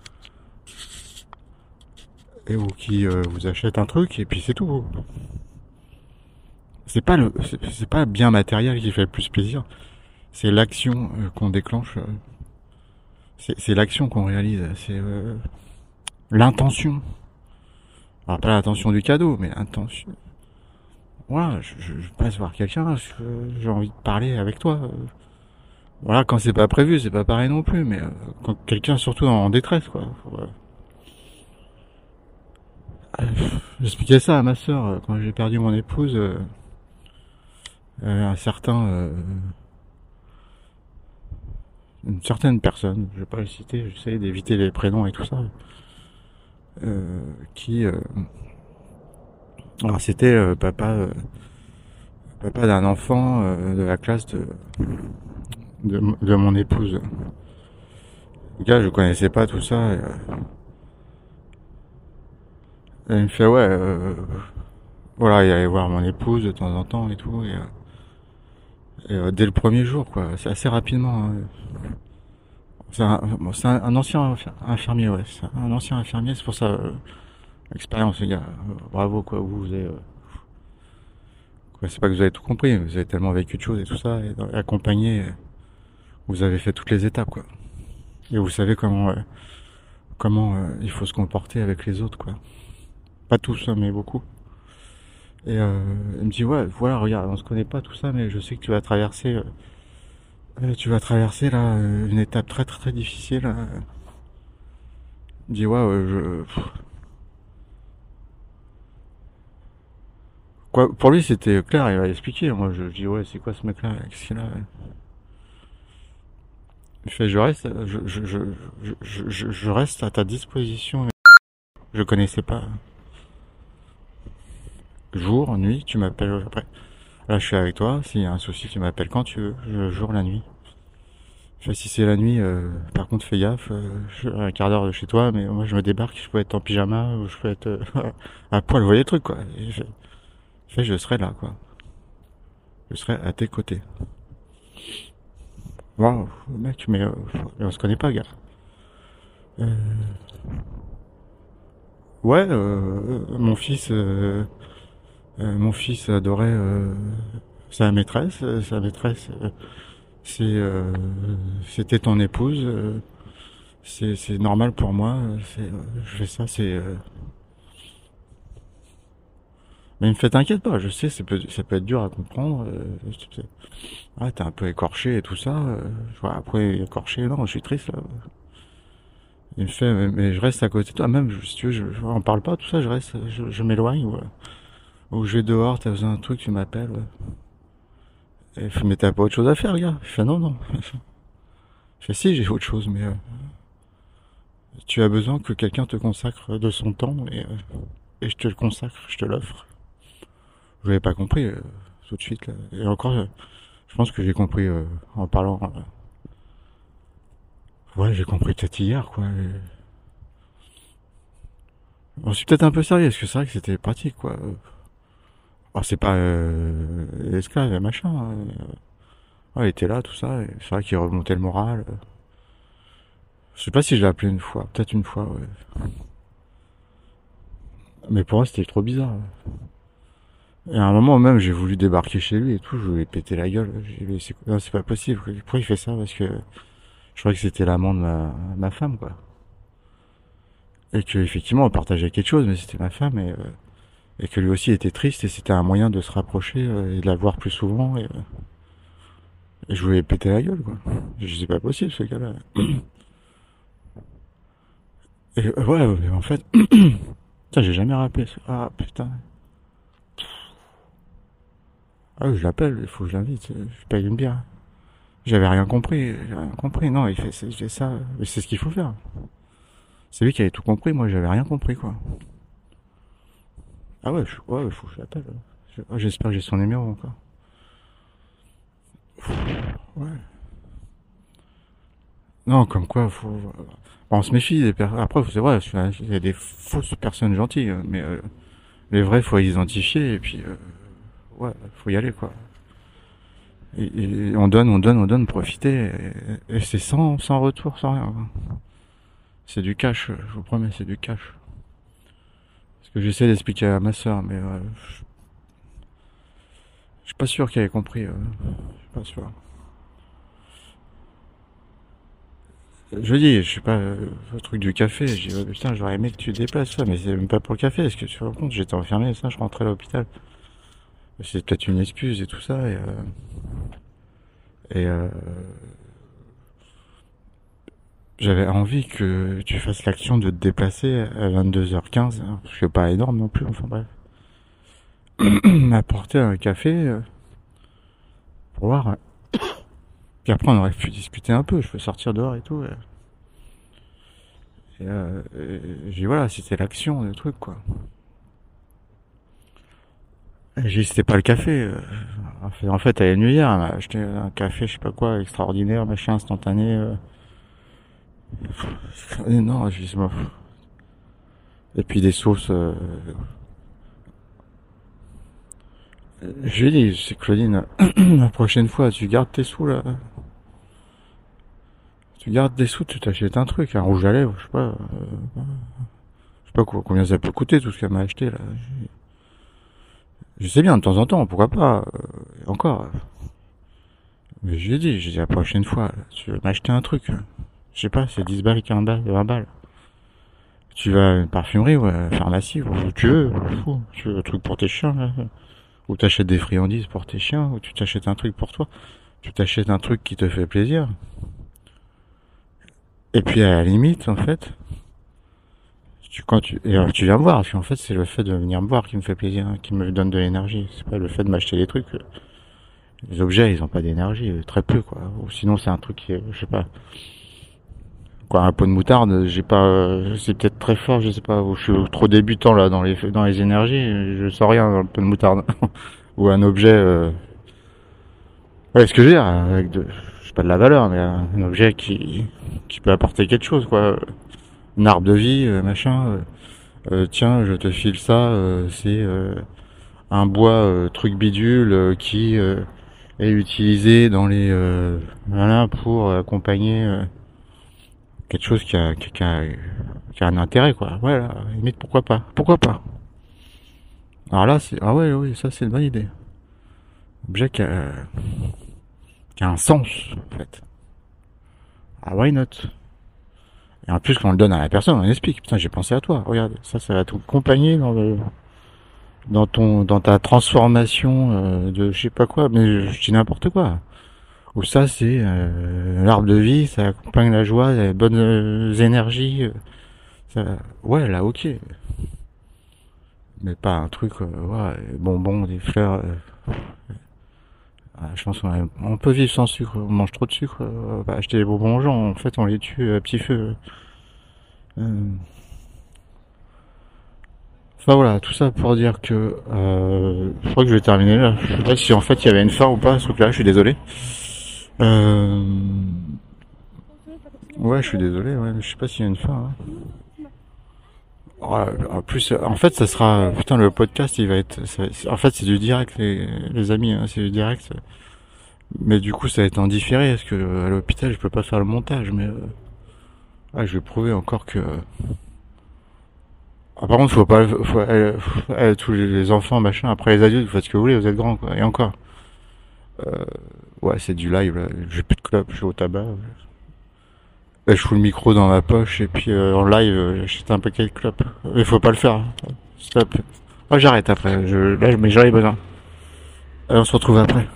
ou qui vous achète un truc et puis c'est tout. C'est pas bien matériel qui fait le plus plaisir. C'est l'action qu'on déclenche. C'est l'action qu'on réalise. C'est l'intention. Alors pas l'intention du cadeau, mais l'intention. Voilà, je passe voir quelqu'un parce que j'ai envie de parler avec toi. Voilà, quand c'est pas prévu, c'est pas pareil non plus, mais quand quelqu'un surtout en détresse, quoi. j'expliquais ça à ma sœur quand j'ai perdu mon épouse. Un certain, une certaine personne, je vais pas le citer, j'essaie d'éviter les prénoms et tout ça, qui, alors c'était papa d'un enfant de la classe de mon épouse. Le gars, je connaissais pas tout ça. Et il me fait ouais, voilà, il allait voir mon épouse de temps en temps et tout. Dès le premier jour, quoi, c'est assez rapidement. Hein. C'est un ancien infirmier, ouais, c'est un ancien infirmier, c'est pour ça expérience, les gars. Bravo, quoi, vous avez. Quoi, c'est pas que vous avez tout compris, vous avez tellement vécu de choses et tout ça, et accompagné, vous avez fait toutes les étapes, quoi. Et vous savez comment il faut se comporter avec les autres, quoi. Pas tous, hein, mais beaucoup. Et il me dit ouais, voilà, regarde, on se connaît pas tout ça, mais je sais que tu vas traverser là une étape très très très difficile. Il me dit ouais, quoi, pour lui c'était clair, il va expliquer. Moi je dis ouais, c'est quoi ce mec-là, qu'est-ce qu'il a? Il fait je reste, je reste à ta disposition. Je connaissais pas. Jour, nuit, tu m'appelles après. Là, je suis avec toi. S'il y a un souci, tu m'appelles quand tu veux. Jour, la nuit. Enfin, si c'est la nuit, par contre, fais gaffe. Je suis à un quart d'heure de chez toi, mais moi, je me débarque. Je peux être en pyjama ou je peux être à poil. Vous voyez le truc, quoi. Je serai là, quoi. Je serai à tes côtés. Waouh, mec, mais on se connaît pas, gars. Euh, ouais, mon fils adorait sa maîtresse. Sa maîtresse, c'est, c'était ton épouse. C'est normal pour moi. Je fais ça. Mais il me fait t'inquiète pas. Je sais, ça peut être dur à comprendre. Ah, t'es un peu écorché et tout ça. Je vois, après écorché, non, je suis triste là. Il me fait, mais je reste à côté de toi. Même si tu veux, on parle pas tout ça. Je reste, je m'éloigne. Voilà. Ou je vais dehors. T'as besoin d'un truc, tu m'appelles. Ouais. Et il fait, mais t'as pas autre chose à faire, le gars. Je fais non, non. Je fais si, j'ai autre chose, mais tu as besoin que quelqu'un te consacre de son temps et je te le consacre, je te l'offre. Je l'avais pas compris tout de suite là. Et encore, je pense que j'ai compris en parlant. Ouais, j'ai compris peut-être hier, quoi. Bon, je suis peut-être un peu sérieux, parce que c'est vrai que c'était pratique, quoi. Alors, c'est pas esclave, machin. Ouais, il était là, tout ça. Et c'est vrai qu'il remontait le moral. Je sais pas si je l'ai appelé une fois, peut-être une fois, ouais. Mais pour moi, c'était trop bizarre. Et à un moment même, j'ai voulu débarquer chez lui et tout, je lui ai pété la gueule. J'ai dit, non, c'est pas possible. Pourquoi il fait ça? Parce que je croyais que c'était l'amant de ma femme, quoi. Et que effectivement, on partageait quelque chose, mais c'était ma femme et que lui aussi était triste et c'était un moyen de se rapprocher et de la voir plus souvent. Et je lui ai pété la gueule, quoi. Je dis, c'est pas possible, ce gars-là. Et ouais, mais en fait, putain, j'ai jamais rappelé. Ah putain. Ah oui, je l'appelle, il faut que je l'invite. Je paye une bière. J'avais rien compris, j'ai rien compris. Non, il fait ça, mais c'est ce qu'il faut faire. C'est lui qui avait tout compris, moi j'avais rien compris, quoi. Ah ouais, ouais, faut que je l'appelle. J'espère que j'ai son numéro encore. Ouais. Non, comme quoi, bon, on se méfie des personnes. Après, c'est vrai, il y a des fausses personnes gentilles, mais les vrais, faut les identifier et puis ouais, faut y aller, quoi. Et on donne, on donne, profiter et c'est sans retour, sans rien, quoi. C'est du cash, je vous promets, c'est du cash. Parce que j'essaie d'expliquer à ma soeur, mais je suis pas sûr qu'elle ait compris. Je suis pas sûr. Je dis, je sais pas, le truc du café, j'ai dit, oh, putain, j'aurais aimé que tu déplaces ça, mais c'est même pas pour le café, est-ce que tu te rends compte, j'étais enfermé, ça, je rentrais à l'hôpital. C'est peut-être une excuse et tout ça, et J'avais envie que tu fasses l'action de te déplacer à 22h15, hein, parce que pas énorme non plus, enfin bref. M'apporter un café pour voir. Puis après, on aurait pu discuter un peu. Je peux sortir dehors et tout. J'ai dit voilà, c'était l'action, le truc quoi. J'ai dit c'était pas le café. En fait, elle est venue hier, elle m'a acheté un café, je sais pas quoi, extraordinaire, machin, instantané. Et non, je dis c'est moche. Et puis des sauces. Je lui ai dit, c'est Claudine, la prochaine fois, tu gardes tes sous là. Tu gardes des sous, tu t'achètes un truc, un rouge à lèvres, je sais pas combien ça peut coûter tout ce qu'elle m'a acheté là. Je sais bien, de temps en temps, pourquoi pas, encore. Mais je lui ai dit, j'ai dit la prochaine fois, là, tu veux m'acheter un truc, je sais pas, c'est 10 balles, 15 balles, 20 balles. Tu vas à une parfumerie ou à la pharmacie, ou où tu veux, tu veux un truc pour tes chiens, là. Ou t'achètes des friandises pour tes chiens, ou tu t'achètes un truc pour toi. Tu t'achètes un truc qui te fait plaisir. Et puis à la limite, en fait, tu viens me voir, parce qu'en fait c'est le fait de venir me voir qui me fait plaisir, hein, qui me donne de l'énergie. C'est pas le fait de m'acheter des trucs. Les objets, ils ont pas d'énergie, très peu quoi. Ou sinon c'est un truc qui, je sais pas. Quoi, un pot de moutarde, j'ai pas, c'est peut-être très fort, je sais pas. Ou je suis trop débutant là dans les énergies, je sens rien dans le pot de moutarde. Ou un objet. Ouais, ce que je veux dire, je sais pas de la valeur, mais un objet qui peut apporter quelque chose quoi. Un arbre de vie, machin. Tiens, je te file ça, c'est un bois truc bidule est utilisé dans les voilà pour accompagner quelque chose qui a un intérêt quoi. Ouais, là, limite pourquoi pas. Alors là, c'est ah ouais oui, ça c'est une bonne idée. Objet qui a un sens en fait. Ah why not? Et en plus quand on le donne à la personne, on explique. Putain, j'ai pensé à toi. Regarde, ça va t'accompagner dans ta transformation de je sais pas quoi, mais je dis n'importe quoi. Ou ça c'est l'arbre de vie, ça accompagne la joie, les bonnes énergies. Ouais là ok, mais pas un truc ouais, des bonbons, des fleurs. Je pense on peut vivre sans sucre. On mange trop de sucre, on va acheter des bonbons aux gens. En fait on les tue à petit feu. Enfin voilà, tout ça pour dire que je crois que je vais terminer là. Je sais pas si en fait il y avait une fin ou pas ce truc-là. Je suis désolé. Euh, ouais, je suis désolé. Ouais, je sais pas s'il y a une fin. Hein. En plus, en fait, ça sera putain le podcast. Il va être. En fait, c'est du direct, les amis. Hein, c'est du direct. Mais du coup, ça va être en différé parce que à l'hôpital, je peux pas faire le montage. Mais je vais prouver encore que. Ah, par contre, tous les enfants, machin, après les adultes, vous faites ce que vous voulez, vous êtes grands, quoi. Et encore. Ouais, c'est du live, là. J'ai plus de clope, je suis au tabac. Je fous le micro dans ma poche, et puis en live, j'achète un paquet de clopes. Il faut pas le faire. Hein. Stop. Oh, j'arrête après. Mais j'en ai besoin. Allez, on se retrouve après.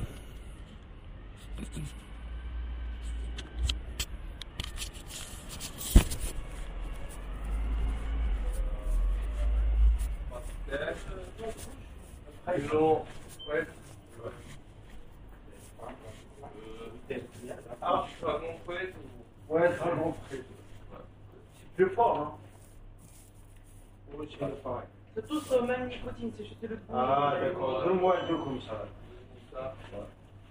Ouais, très bon. C'est plus fort, hein. Oui, c'est pareil. C'est tous même nicotine, c'est juste le bruit. Ah, d'accord. Donne-moi deux comme ça. Ça, ouais.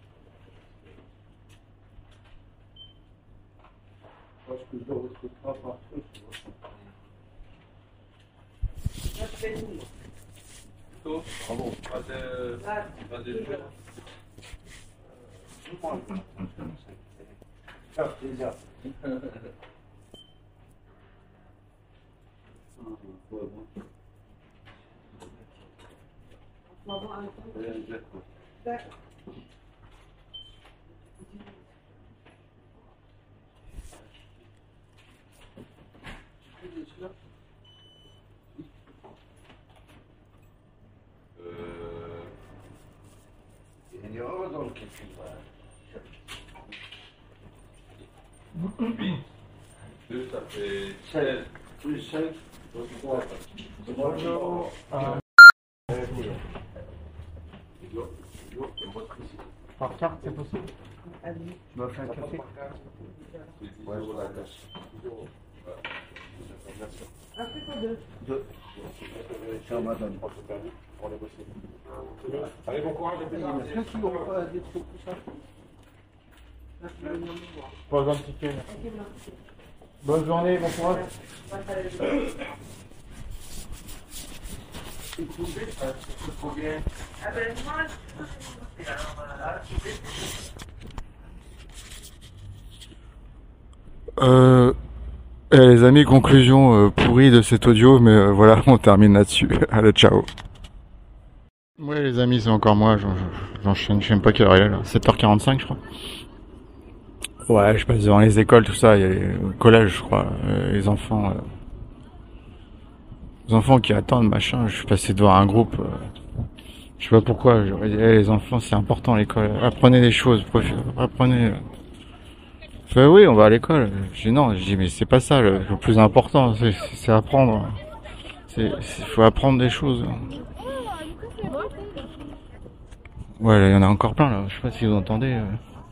Parce que je ne retrouve pas partout. Ça fait nous. Plutôt, bravo, pas de jeu. Ça fait plaisir. On va voir un temps. D'accord. Il y a une erreur dans le calcul. ça fait 16 plus 5. Bonjour. Par carte, c'est possible? Tu m'as fait un café? Ouais, voilà, merci. Un truc ou deux? Deux. Tiens, madame. Allez, bon courage, les Il y a qui n'ont pas des trucs tout ça? Pose un petit peu. Bonne journée, bon courage. Ah ben moi, Les amis, conclusion pourrie de cet audio, mais voilà, on termine là-dessus. Allez, ciao. Ouais, les amis, c'est encore moi, j'enchaîne, je sais même pas quelle heure il est là, 7h45 je crois. Ouais, je passe devant les écoles, tout ça, il y a les collèges, je crois, les enfants qui attendent, machin, je suis passé devant un groupe, je sais pas pourquoi, j'aurais dit, les enfants, c'est important l'école, apprenez des choses, apprenez... Je fais, oui, on va à l'école. Je dis non, je dis mais c'est pas ça le plus important, c'est apprendre. Faut apprendre des choses. Ouais, il y en a encore plein là, je sais pas si vous entendez.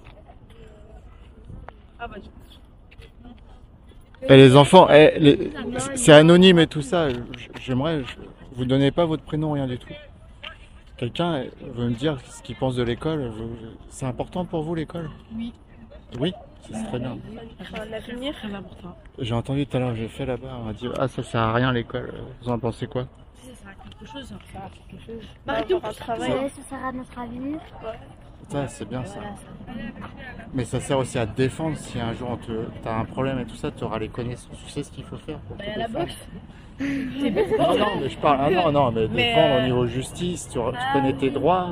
Et les enfants, c'est anonyme et tout ça, j'aimerais, vous donnez pas votre prénom, rien du tout. Quelqu'un veut me dire ce qu'il pense de l'école, c'est important pour vous l'école? Oui. Oui? C'est très bien. L'avenir, c'est important. J'ai entendu tout à l'heure, j'ai fait là-bas, on m'a dit ah ça sert à rien l'école, vous en pensez quoi? Ça sert à quelque chose, ça sert à quelque chose. Un travail. Ça sert à notre avenir. Ça c'est bien ça. Mais ça sert aussi à te défendre si un jour t'as un problème et tout ça, tu auras les connaissances, tu sais ce qu'il faut faire pour te À la défendre. boxe. Non mais je parle, mais défendre au niveau justice, tu connais tes droits,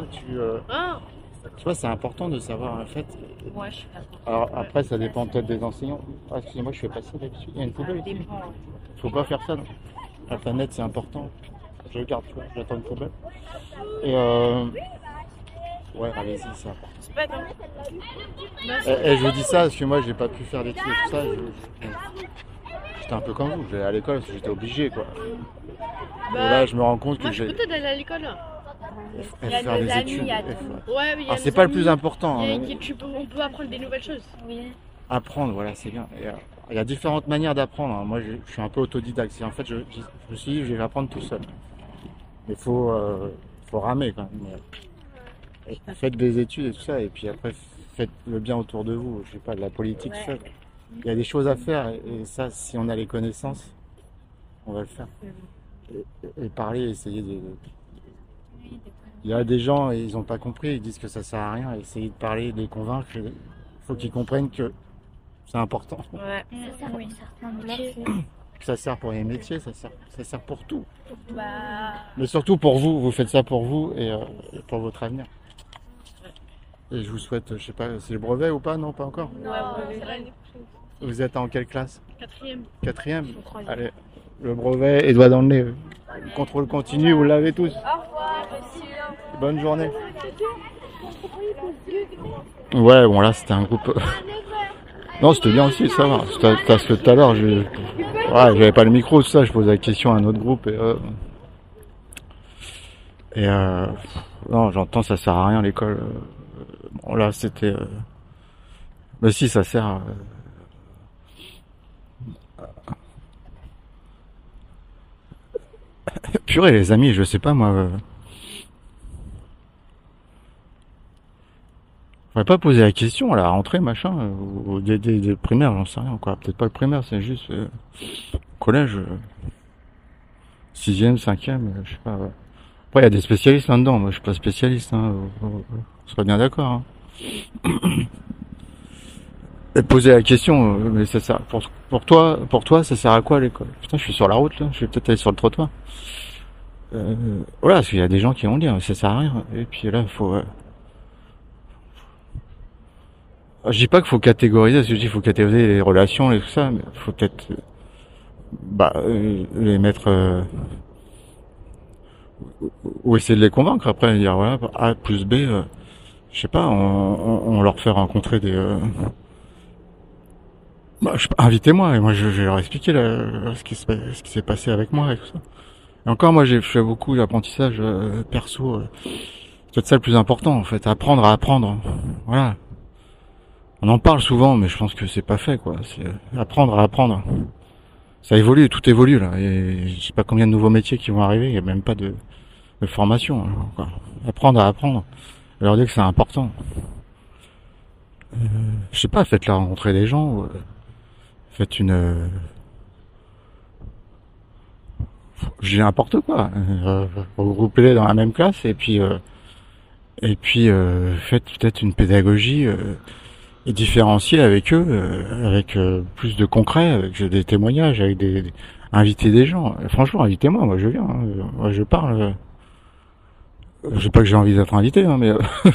tu vois c'est important de savoir en fait. Ouais, je suis d'accord. Alors après ça dépend peut-être des enseignants. Ah, excusez-moi, je fais pas ça d'habitude. Il y a une poubelle ici. Faut pas faire ça. Non. La planète c'est important. Je regarde, tu vois, j'attends une poubelle. Et ouais, allez-y, c'est important. C'est pas grave. Et je vous dis ça parce que moi j'ai pas pu faire d'études et tout ça. J'étais un peu comme vous, j'allais à l'école parce que j'étais obligé quoi. Et là je me rends compte que Moi, je j'ai. peux peut-être aller à l'école. Il y a faire nos des amis, études. il y a tout. Ouais, mais il y a Alors c'est nos pas le amis, plus important. il y a- Hein. on peut apprendre des nouvelles choses. Oui. Apprendre, voilà, c'est bien. Et, il y a différentes manières d'apprendre. Hein. Moi, je suis un peu autodidacte. En fait, je me suis dit, je vais apprendre tout seul. Mais faut ramer quand même. Et faites des études et tout ça, et puis après, faites le bien autour de vous. Je sais pas, de la politique, tout ça. Il y a des choses à faire, et ça, si on a les connaissances, on va le faire. Et parler, essayer de... Il y a des gens, ils n'ont pas compris, ils disent que ça sert à rien. Essayez de parler, de les convaincre. Il faut qu'ils comprennent que c'est important. Ouais. Ça sert à certains métiers. Ça sert pour les métiers, ça sert pour tout. Bah, Mais surtout pour vous, vous faites ça pour vous et pour votre avenir. Et je vous souhaite, je sais pas, c'est le brevet ou pas? Non, pas encore. Ouais, ouais. Vous êtes en quelle classe? 4e. 4e? Allez, le brevet et doigt dans le nez. Contrôle continu, vous l'avez tous. au revoir, monsieur. Bonne journée. Ouais, bon là c'était un groupe... Non, c'était bien aussi, ça va. Parce que tout à l'heure, ouais, j'avais pas le micro, tout ça, je posais la question à un autre groupe et non, j'entends, ça sert à rien l'école. Bon là, c'était... Mais si, ça sert... Purée, les amis, je sais pas, moi... On va pas poser la question à la rentrée, machin, ou des primaires, j'en sais rien, quoi. Peut-être pas le primaire, c'est juste collège, 6e, 5e, je sais pas. Ouais. Après, il y a des spécialistes là-dedans. Moi, je suis pas spécialiste, hein. On serait bien d'accord, hein. Et poser la question, mais ça sert, pour toi, ça sert à quoi l'école? Putain, je suis sur la route, là. Je vais peut-être aller sur le trottoir. Voilà, parce qu'il y a des gens qui vont dire, ça sert à rien. Et puis là, faut, je dis pas qu'il faut catégoriser, je dis qu'il faut catégoriser les relations et tout ça, mais il faut peut-être les mettre ou essayer de les convaincre après, dire voilà, A plus B, je sais pas, on leur fait rencontrer Bah, invitez-moi, et moi je vais leur expliquer ce qui s'est passé avec moi et tout ça. Et encore, moi j'ai fait beaucoup d'apprentissage perso. C'est peut-être ça le plus important en fait, apprendre à apprendre. Voilà. On en parle souvent, mais je pense que c'est pas fait quoi. C'est apprendre à apprendre. Ça évolue, tout évolue là. Et je sais pas combien de nouveaux métiers qui vont arriver, il y a même pas de formation. Alors, quoi. Apprendre à apprendre. Je leur dire que c'est important. Je sais pas, faites-la rencontrer des gens. Faites une... je dis n'importe quoi. Regroupez-les dans la même classe et puis faites peut-être une pédagogie différenciée avec eux, avec plus de concret, avec des témoignages, avec inviter des gens. Franchement, invitez-moi, moi je viens. Moi je parle. Je sais pas que j'ai envie d'être invité, hein, mais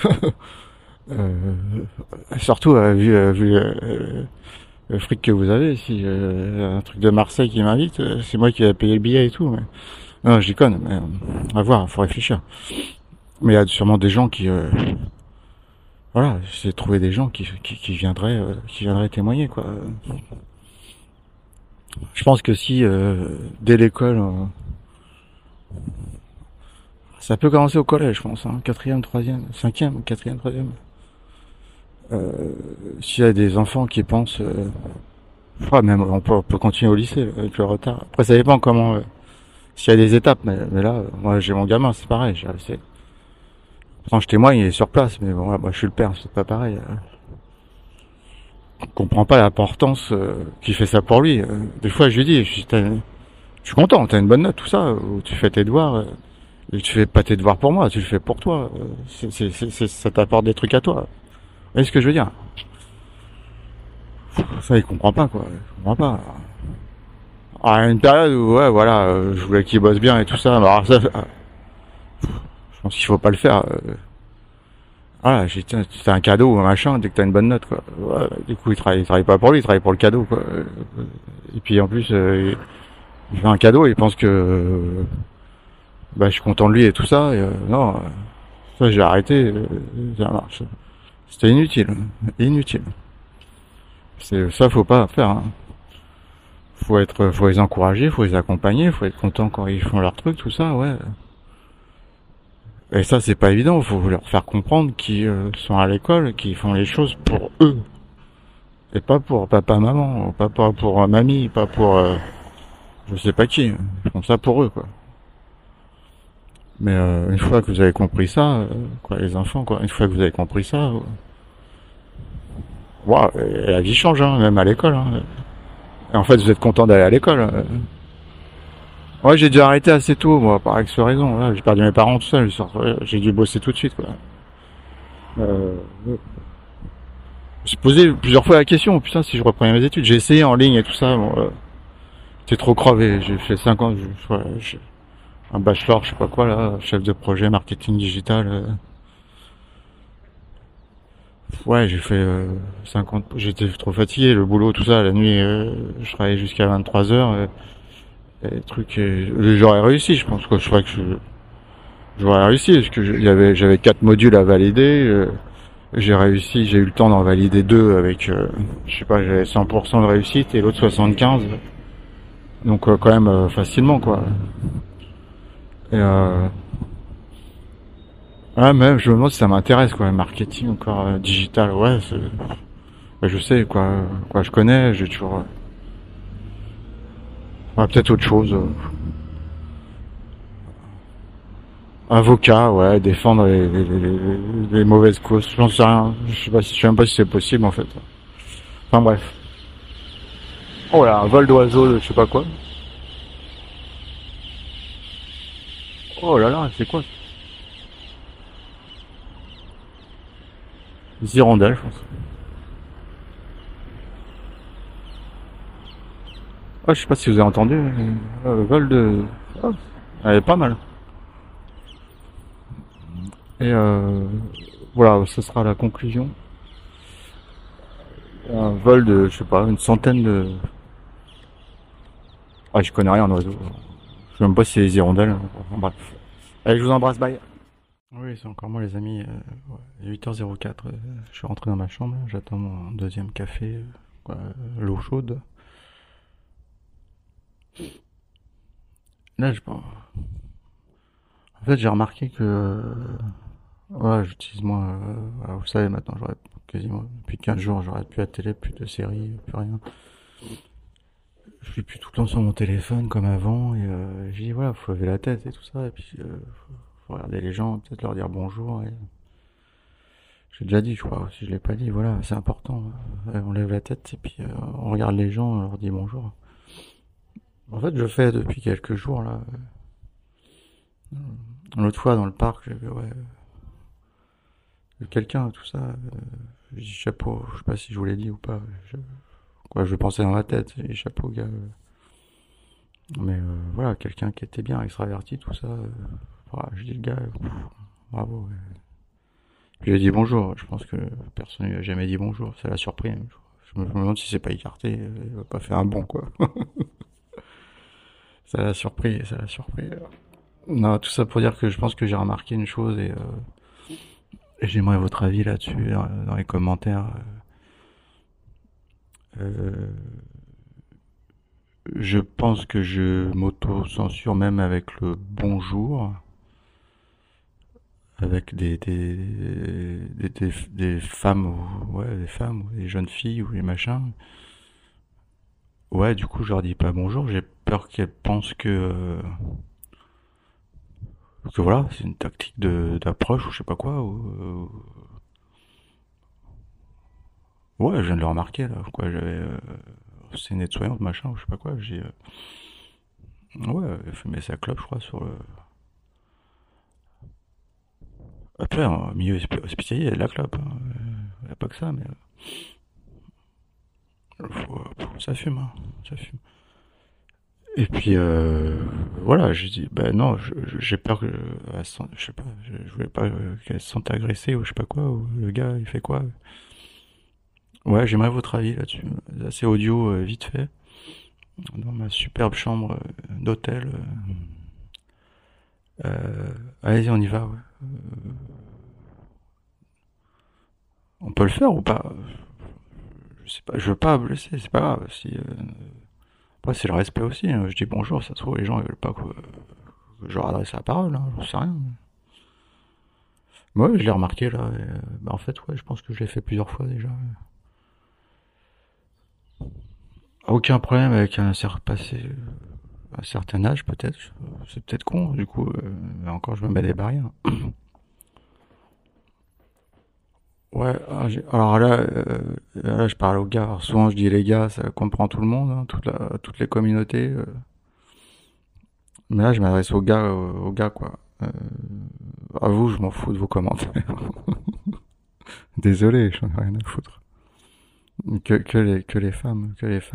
surtout vu le fric que vous avez, si un truc de Marseille qui m'invite, c'est moi qui vais payer le billet et tout. Mais... non, j'y connais, mais à voir, faut réfléchir. Mais il y a sûrement des gens qui, voilà, j'essaie de trouver des gens qui viendraient témoigner, quoi. Je pense que si dès l'école, ça peut commencer au collège, je pense, hein, 4e, 3e, 5e, 4e, 3e. S'il y a des enfants qui pensent, même on peut continuer au lycée avec le retard. Après ça dépend comment, s'il y a des étapes, mais là, moi j'ai mon gamin, c'est pareil. Pourtant je témoigne, il est sur place, mais bon, moi je suis le père, c'est pas pareil. Je comprends pas l'importance qu'il fait ça pour lui. Des fois je lui dis, je suis content, t'as une bonne note, tout ça, où tu fais tes devoirs. Et tu fais pas tes devoirs pour moi, tu le fais pour toi. Ça t'apporte des trucs à toi. Vous voyez ce que je veux dire? Ça, il comprend pas, quoi. Il comprend pas. À une période où, ouais, voilà, je voulais qu'il bosse bien et tout ça. Alors ça, je pense qu'il faut pas le faire. Voilà, j'ai dit, tiens, c'est un cadeau, machin, dès que t'as une bonne note, quoi. Ouais, du coup, il travaille pas pour lui, il travaille pour le cadeau, quoi. Et puis, en plus, il fait un cadeau, il pense que, bah, je suis content de lui et tout ça. Et, non, ça, j'ai arrêté. Ça marche. C'était inutile. Ça, faut pas faire. Hein. Faut les encourager, faut les accompagner, faut être content quand ils font leur truc, tout ça, ouais. Et ça, c'est pas évident. Faut leur faire comprendre qu'ils sont à l'école, qu'ils font les choses pour eux, et pas pour papa, maman, pas pour mamie, pas pour je sais pas qui. Ils font ça pour eux, quoi. Mais une fois que vous avez compris ça, quoi, les enfants, quoi, une fois que vous avez compris ça, wow, et la vie change, hein, même à l'école. Hein. Et en fait, vous êtes content d'aller à l'école. Ouais, j'ai dû arrêter assez tôt, moi, par X raison. Là, j'ai perdu mes parents, tout ça. J'ai dû bosser tout de suite, quoi. J'ai posé plusieurs fois la question, putain, si je reprenais mes études. J'ai essayé en ligne et tout ça. Bon, j'étais trop crevé. J'ai fait 5 ans. Un bachelor, je sais pas quoi là, chef de projet marketing digital. Ouais, j'ai fait 50. J'étais trop fatigué, le boulot, tout ça, la nuit, je travaillais jusqu'à 23h. Et trucs, j'aurais réussi, je pense que je crois que j'aurais réussi parce que j'avais 4 modules à valider. J'ai réussi, j'ai eu le temps d'en valider 2 avec, je sais pas, j'avais 100% de réussite et l'autre 75. Donc quand même facilement quoi. Et ouais, même je me demande si ça m'intéresse quoi, le marketing encore digital, ouais, bah, je sais quoi je connais, j'ai toujours ouais, peut-être autre chose. Avocat, ouais, défendre les mauvaises causes, j'en sais rien, je sais même pas si c'est possible en fait. Enfin bref. Oh là, un vol d'oiseau, je sais pas quoi. Oh là là, c'est quoi? Des hirondelles, je pense. Oh, je sais pas si vous avez entendu, le vol de... Oh, elle est pas mal. Et voilà, ce sera la conclusion. Un vol de, je sais pas, une centaine de... Ah, je connais rien en oiseau. Je sais même pas si c'est les hirondelles. Enfin, bref. Allez, je vous embrasse, bye. Oui, c'est encore moi les amis. 8h04. Je suis rentré dans ma chambre, j'attends mon deuxième café. quoi, l'eau chaude. Là, en fait, j'ai remarqué que, voilà, j'utilise moins, voilà, vous savez, maintenant, j'aurais quasiment, depuis 15 jours, j'aurais plus la télé, plus de séries, plus rien. Je suis plus tout le temps sur mon téléphone comme avant, et j'ai dit, voilà, faut lever la tête et tout ça, et puis, faut regarder les gens, peut-être leur dire bonjour, et j'ai déjà dit, je crois, si je l'ai pas dit, voilà, c'est important. On lève la tête, et puis, on regarde les gens, on leur dit bonjour. En fait, je fais depuis quelques jours, là. L'autre fois, dans le parc, j'avais, ouais, quelqu'un, tout ça, j'ai dit chapeau, je sais pas si je vous l'ai dit ou pas, quoi, je pensais dans ma tête, j'ai dit chapeau, gars. Mais voilà, quelqu'un qui était bien extraverti, tout ça, voilà, je dis le gars, bravo. Ouais. Puis j'ai dit bonjour, je pense que personne lui a jamais dit bonjour, ça l'a surpris. Je me demande si c'est pas écarté, il va pas faire un bond, quoi. Ça l'a surpris, ça l'a surpris. Non, tout ça pour dire que je pense que j'ai remarqué une chose et j'aimerais votre avis là-dessus dans les commentaires. Je pense que je m'auto-censure même avec le bonjour, avec des femmes, ouais, des femmes, ou des jeunes filles, ou des machins. Ouais, du coup, je leur dis pas bonjour, j'ai peur qu'elles pensent que voilà, c'est une tactique d'approche ou je sais pas quoi. Ouais, je viens de le remarquer là. Quoi, j'avais c'est nettoyante machin ou je sais pas quoi. J'ai ouais, fumé sa clope, je crois, sur le. Après, en milieu hospitalier, il y a de la clope. Hein. Il n'y a pas que ça, mais ça fume, hein. Ça fume. Et puis voilà, j'ai dit ben non, j'ai peur que je sais pas, je voulais pas qu'elle se sente agressée ou je sais pas quoi, ou le gars il fait quoi. Ouais, j'aimerais votre avis là-dessus. C'est audio vite fait dans ma superbe chambre d'hôtel. Allez-y, on y va. Ouais. On peut le faire ou pas? Je sais pas, je veux pas blesser, c'est pas grave. Si après, c'est le respect aussi. Hein. Je dis bonjour, ça se trouve, les gens ils veulent pas que je leur adresse la parole, hein, j'en sais rien. Ouais, je l'ai remarqué là. Et, bah, en fait, ouais, je pense que je l'ai fait plusieurs fois déjà. Aucun problème avec un passé un certain âge, peut-être. C'est peut-être con, du coup, encore je me mets des barrières. Ouais, alors là, je parle aux gars. Alors, souvent, je dis les gars, ça comprend tout le monde, hein, toutes les communautés. Mais là, je m'adresse aux gars, quoi. À vous, je m'en fous de vos commentaires. Désolé, j'en ai rien à foutre. Que les femmes,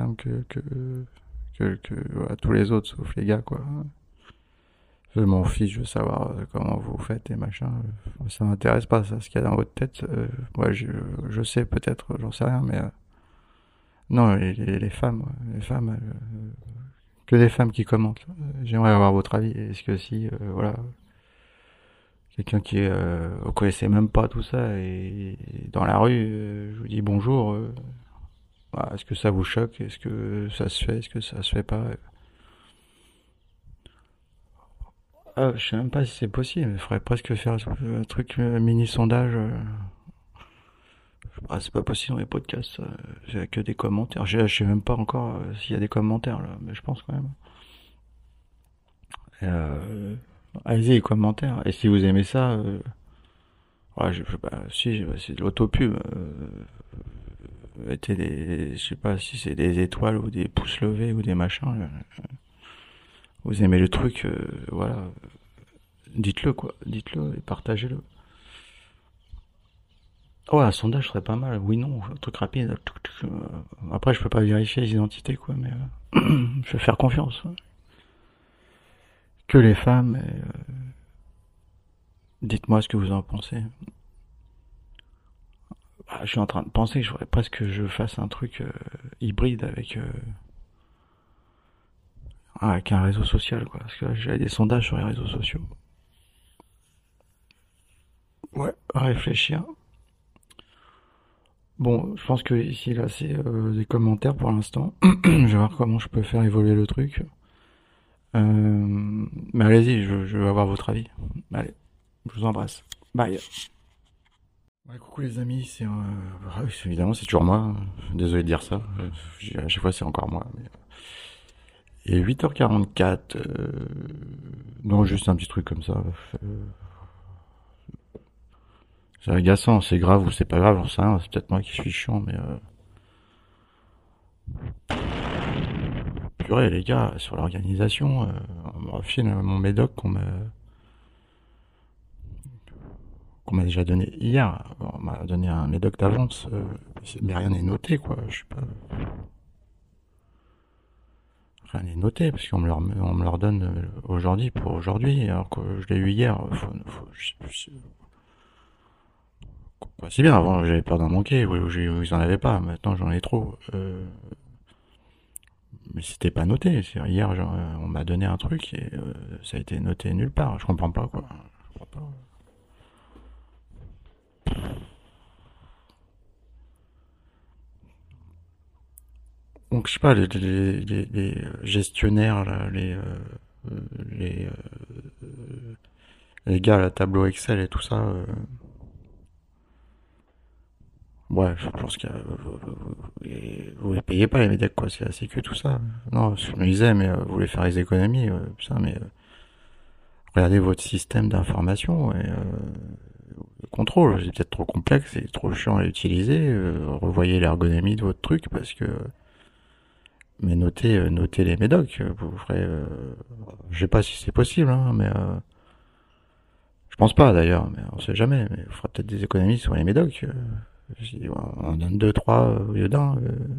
voilà, tous les autres, sauf les gars, quoi. Je m'en fiche, je veux savoir comment vous faites et machin. Ça m'intéresse pas, ça, ce qu'il y a dans votre tête. Moi, je sais peut-être, j'en sais rien, mais non, les femmes, que des femmes qui commentent. J'aimerais avoir votre avis. Est-ce que si, voilà, quelqu'un qui vous connaissez même pas tout ça et dans la rue, je vous dis bonjour. Voilà, est-ce que ça vous choque? Est-ce que ça se fait? Est-ce que ça se fait pas? Ah, je sais même pas si c'est possible. Il faudrait presque faire un truc mini sondage. Ah, c'est pas possible dans les podcasts. J'ai que des commentaires. Je sais même pas encore s'il y a des commentaires là, mais je pense quand même. Allez-y les commentaires. Et si vous aimez ça, voilà, je sais pas. Si c'est de l'autopub. Je sais pas si c'est des étoiles ou des pouces levés ou des machins. Vous aimez le truc, voilà. Dites-le, quoi. Dites-le et partagez-le. Ouais, un sondage serait pas mal. Oui, non, un truc rapide. Après, je peux pas vérifier les identités, quoi, mais je vais faire confiance. Que les femmes, dites-moi ce que vous en pensez. Je suis en train de penser que j'aurais presque que je fasse un truc hybride avec un réseau social, quoi. Parce que là, j'ai des sondages sur les réseaux sociaux. Ouais, réfléchir. Bon, je pense que ici, là, c'est des commentaires pour l'instant. Je vais voir comment je peux faire évoluer le truc. Mais allez-y, je veux avoir votre avis. Allez, je vous embrasse. Bye. Ouais, coucou les amis, oui, évidemment, c'est toujours moi. Désolé de dire ça. À chaque fois, c'est encore moi. Et 8h44. Non, juste un petit truc comme ça. C'est agaçant, c'est grave ou c'est pas grave, j'en sais rien. C'est peut-être moi qui suis chiant, mais purée, les gars, sur l'organisation, on me refile mon médoc qu'on m'a déjà donné hier. On m'a donné un médoc d'avance, mais rien n'est noté, quoi. Je sais pas. Rien n'est noté, parce qu'on on me le redonne aujourd'hui pour aujourd'hui, alors que je l'ai eu hier. Quoi, c'est bien, avant j'avais peur d'en manquer, ou ils en avaient pas, maintenant j'en ai trop. Mais c'était pas noté. Hier, on m'a donné un truc et ça a été noté nulle part. Je comprends pas, quoi. Je comprends pas. Donc, je sais pas, les gestionnaires, là, les, les gars à la tableau Excel et tout ça. Ouais, je pense que vous les payez pas les médics, quoi. C'est la sécu, tout ça. Non, je me disais, mais vous voulez faire les économies, putain, mais regardez votre système d'information et le contrôle. C'est peut-être trop complexe et trop chiant à utiliser. Revoyez l'ergonomie de votre truc parce que. Mais notez les médocs. Vous ferez. Je sais pas si c'est possible, hein, mais. Je pense pas d'ailleurs, mais on sait jamais. Mais vous ferez peut-être des économies sur les médocs. Si on donne 2, 3 au lieu d'un.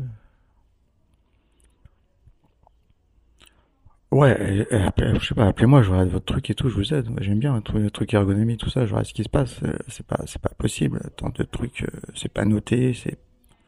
Ouais, je sais pas, appelez-moi, je regarde votre truc et tout, je vous aide. Moi, j'aime bien le truc ergonomie, tout ça, je regarde ce qui se passe. C'est pas possible. Tant de trucs, c'est pas noté, c'est.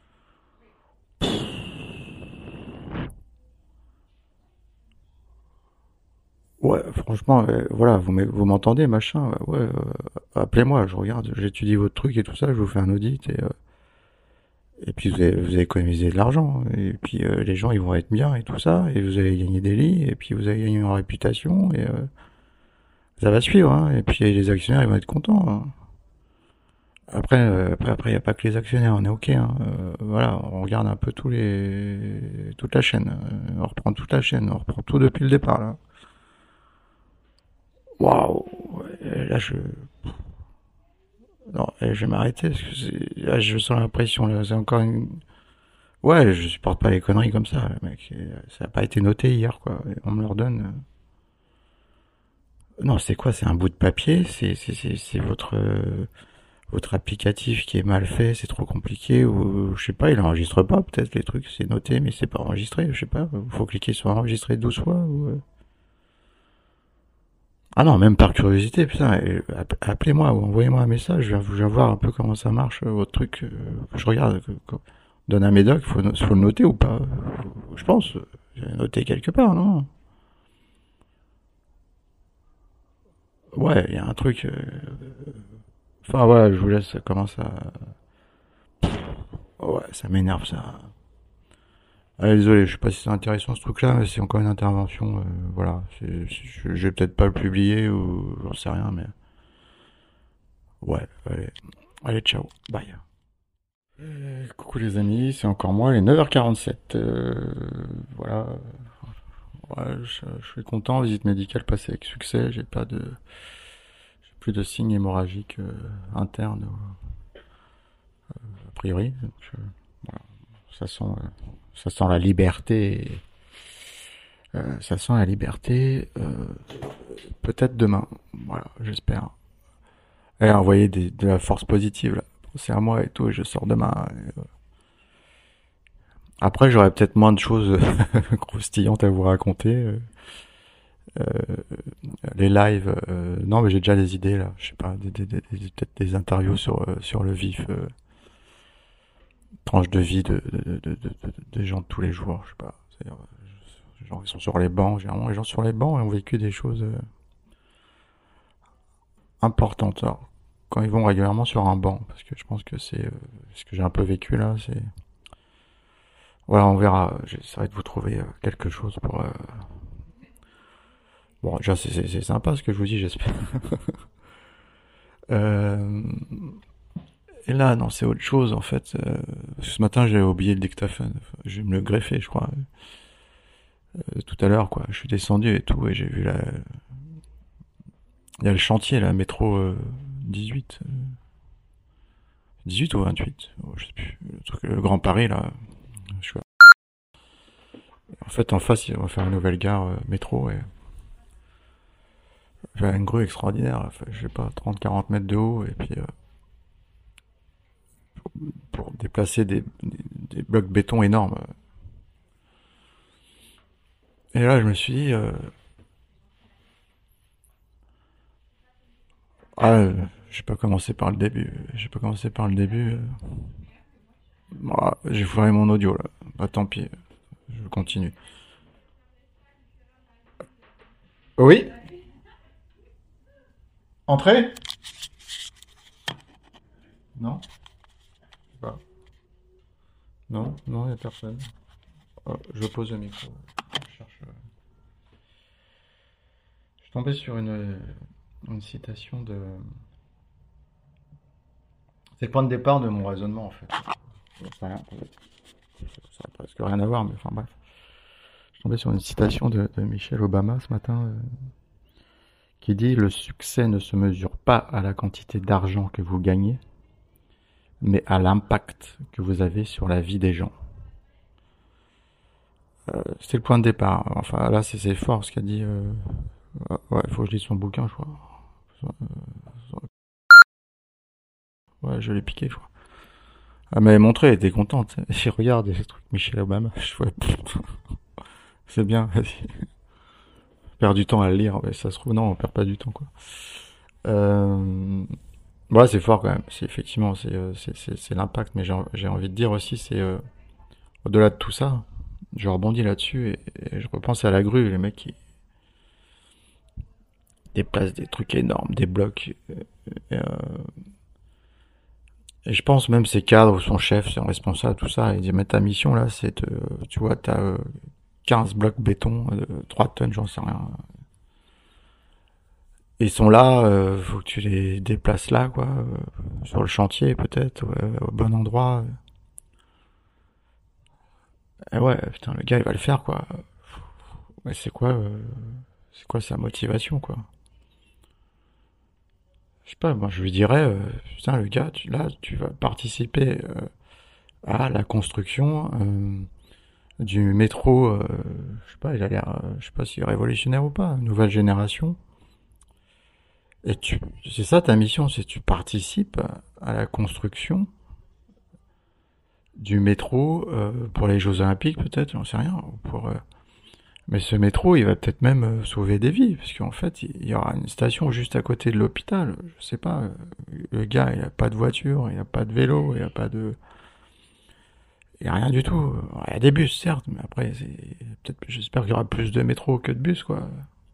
Ouais, franchement, voilà, vous m'entendez, machin, ouais, appelez-moi, je regarde, j'étudie votre truc et tout ça, je vous fais un audit et puis vous allez économiser de l'argent, et puis les gens ils vont être bien et tout ça, et vous allez gagner des lits, et puis vous allez gagner une réputation, et ça va suivre, hein, et puis les actionnaires ils vont être contents, hein. Après, y a pas que les actionnaires, on est ok, hein, voilà, on regarde un peu toute la chaîne, on reprend toute la chaîne, on reprend tout depuis le départ, là. Waouh, là non, je vais m'arrêter parce que là je sens la pression là, c'est encore une. Ouais, je supporte pas les conneries comme ça, mec. Ça a pas été noté hier, quoi. Et on me le redonne. Non, c'est quoi? C'est un bout de papier? C'est votre applicatif qui est mal fait? C'est trop compliqué? Ou je sais pas, il enregistre pas peut-être les trucs. C'est noté, mais c'est pas enregistré. Je sais pas. Faut cliquer sur enregistrer 12 fois ou. Ah non, même par curiosité, putain, appelez-moi ou envoyez-moi un message, je viens voir un peu comment ça marche, votre truc, je regarde, donne un médoc, faut le noter ou pas, je pense, j'ai noté quelque part, non? Ouais, il y a un truc, enfin ouais, je vous laisse, ça commence à. Ouais, ça m'énerve ça. Ah, désolé, je sais pas si c'est intéressant ce truc-là, mais c'est encore une intervention, voilà, je vais peut-être pas le publier ou j'en sais rien, mais. Ouais, allez, ciao, bye. Coucou les amis, c'est encore moi, il est 9h47. Voilà. Ouais, je suis content, visite médicale passée avec succès, j'ai plus de signes hémorragiques internes, a priori. Donc, voilà. Ça sent la liberté. Ça sent la liberté. Peut-être demain. Voilà, j'espère. Et envoyer de la force positive là. Pensez à moi et tout, et je sors demain. Après, j'aurais peut-être moins de choses croustillantes à vous raconter. Les lives, non, mais j'ai déjà des idées là. Je sais pas, peut-être des interviews sur le vif, tranche de vie des gens de tous les jours. Je sais pas. C'est-à-dire, les gens qui sont sur les bancs, généralement, les gens sur les bancs ont vécu des choses importantes. Alors, quand ils vont régulièrement sur un banc, parce que je pense que c'est ce que j'ai un peu vécu là, c'est... Voilà, on verra, j'essaierai de vous trouver quelque chose pour... Bon, déjà, c'est sympa ce que je vous dis, j'espère. Euh, Et là, non, c'est autre chose, en fait. Ce matin, j'ai oublié le dictaphone. Enfin, je vais me le greffer, je crois. Tout à l'heure, quoi. Je suis descendu et tout, et j'ai vu la... Il y a le chantier, là, métro 18. 18 ou 28, oh, je sais plus. Le Grand Paris, là. Je suis... En fait, en face, on va faire une nouvelle gare métro, et... Il y a une grue extraordinaire, là. Enfin, je sais pas, 30-40 mètres de haut, et puis... pour déplacer des blocs béton énormes. Et là, je me suis dit... j'ai pas commencé par le début. J'ai pas commencé par le début. J'ai foiré mon audio, là. Bah, tant pis. Je continue. Oui? Entrez? Non? Pas. Non, non, il n'y a personne. Je pose le micro. Je cherche. Je suis tombé sur une citation de... C'est le point de départ de mon raisonnement, en fait. Voilà. Ça n'a presque rien à voir, mais enfin bref. Je suis tombé sur une citation de Michelle Obama ce matin qui dit « Le succès ne se mesure pas à la quantité d'argent que vous gagnez, mais à l'impact que vous avez sur la vie des gens. » C'est le point de départ. Enfin là, c'est fort ce qu'a dit... ouais, il faut que je lise son bouquin, je crois. Ouais, je l'ai piqué, je crois. Elle m'avait montré, elle était contente. Je regarde ces trucs Michelle Obama. Je fais, c'est bien, vas-y. Perd du temps à le lire, mais ça se trouve, non, on perd pas du temps, quoi. Ouais, c'est fort quand même. C'est effectivement, c'est l'impact, mais j'ai envie de dire aussi, c'est au-delà de tout ça. Je rebondis là-dessus et je repense à la grue, les mecs qui déplacent des trucs énormes, des blocs. Et je pense même ses cadres, son chef, son responsable, tout ça, il dit, mais ta mission là, c'est tu vois, t'as 15 blocs béton, 3 tonnes, j'en sais rien. Ils sont là, faut que tu les déplaces là, quoi, sur le chantier peut-être, au bon endroit. Et ouais, putain, le gars il va le faire, quoi. Ouais, c'est quoi sa motivation, quoi. Je sais pas, moi je lui dirais, putain le gars, là tu vas participer à la construction du métro, je sais pas, il a l'air, je sais pas s'il est révolutionnaire ou pas, nouvelle génération. Et c'est ça ta mission, c'est tu participes à la construction du métro pour les Jeux Olympiques peut-être, j'en sais rien, ou pour... Mais ce métro, il va peut-être même sauver des vies, parce qu'en fait, il y aura une station juste à côté de l'hôpital. Je sais pas, le gars, il a pas de voiture, il a pas de vélo, il a pas de... Il y a rien du tout. Il y a des bus, certes, mais après, peut-être, j'espère qu'il y aura plus de métro que de bus, quoi.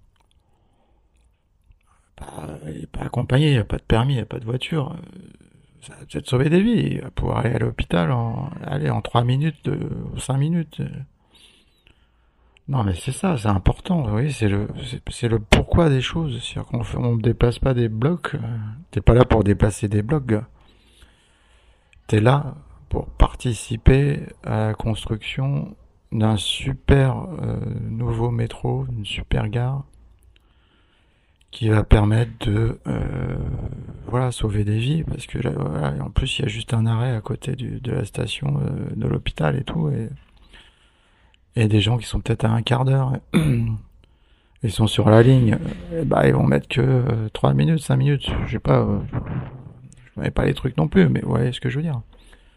Il est pas accompagné, il n'y a pas de permis, il n'y a pas de voiture. Ça va peut-être sauver des vies. Il va pouvoir aller à l'hôpital en 3 minutes, 5 minutes. Non, mais c'est ça, c'est important. Oui, c'est le pourquoi des choses. C'est-à-dire qu'on ne déplace pas des blocs. T'es pas là pour déplacer des blocs, gars. T'es là pour participer à la construction d'un super nouveau métro, d'une super gare qui va permettre de voilà, sauver des vies, parce que là, voilà, en plus il y a juste un arrêt à côté de la station de l'hôpital et tout, et des gens qui sont peut-être à un quart d'heure, ils sont sur la ligne, bah ils vont mettre que 3 minutes, 5 minutes, je sais pas, je connais pas les trucs non plus, mais vous voyez ce que je veux dire.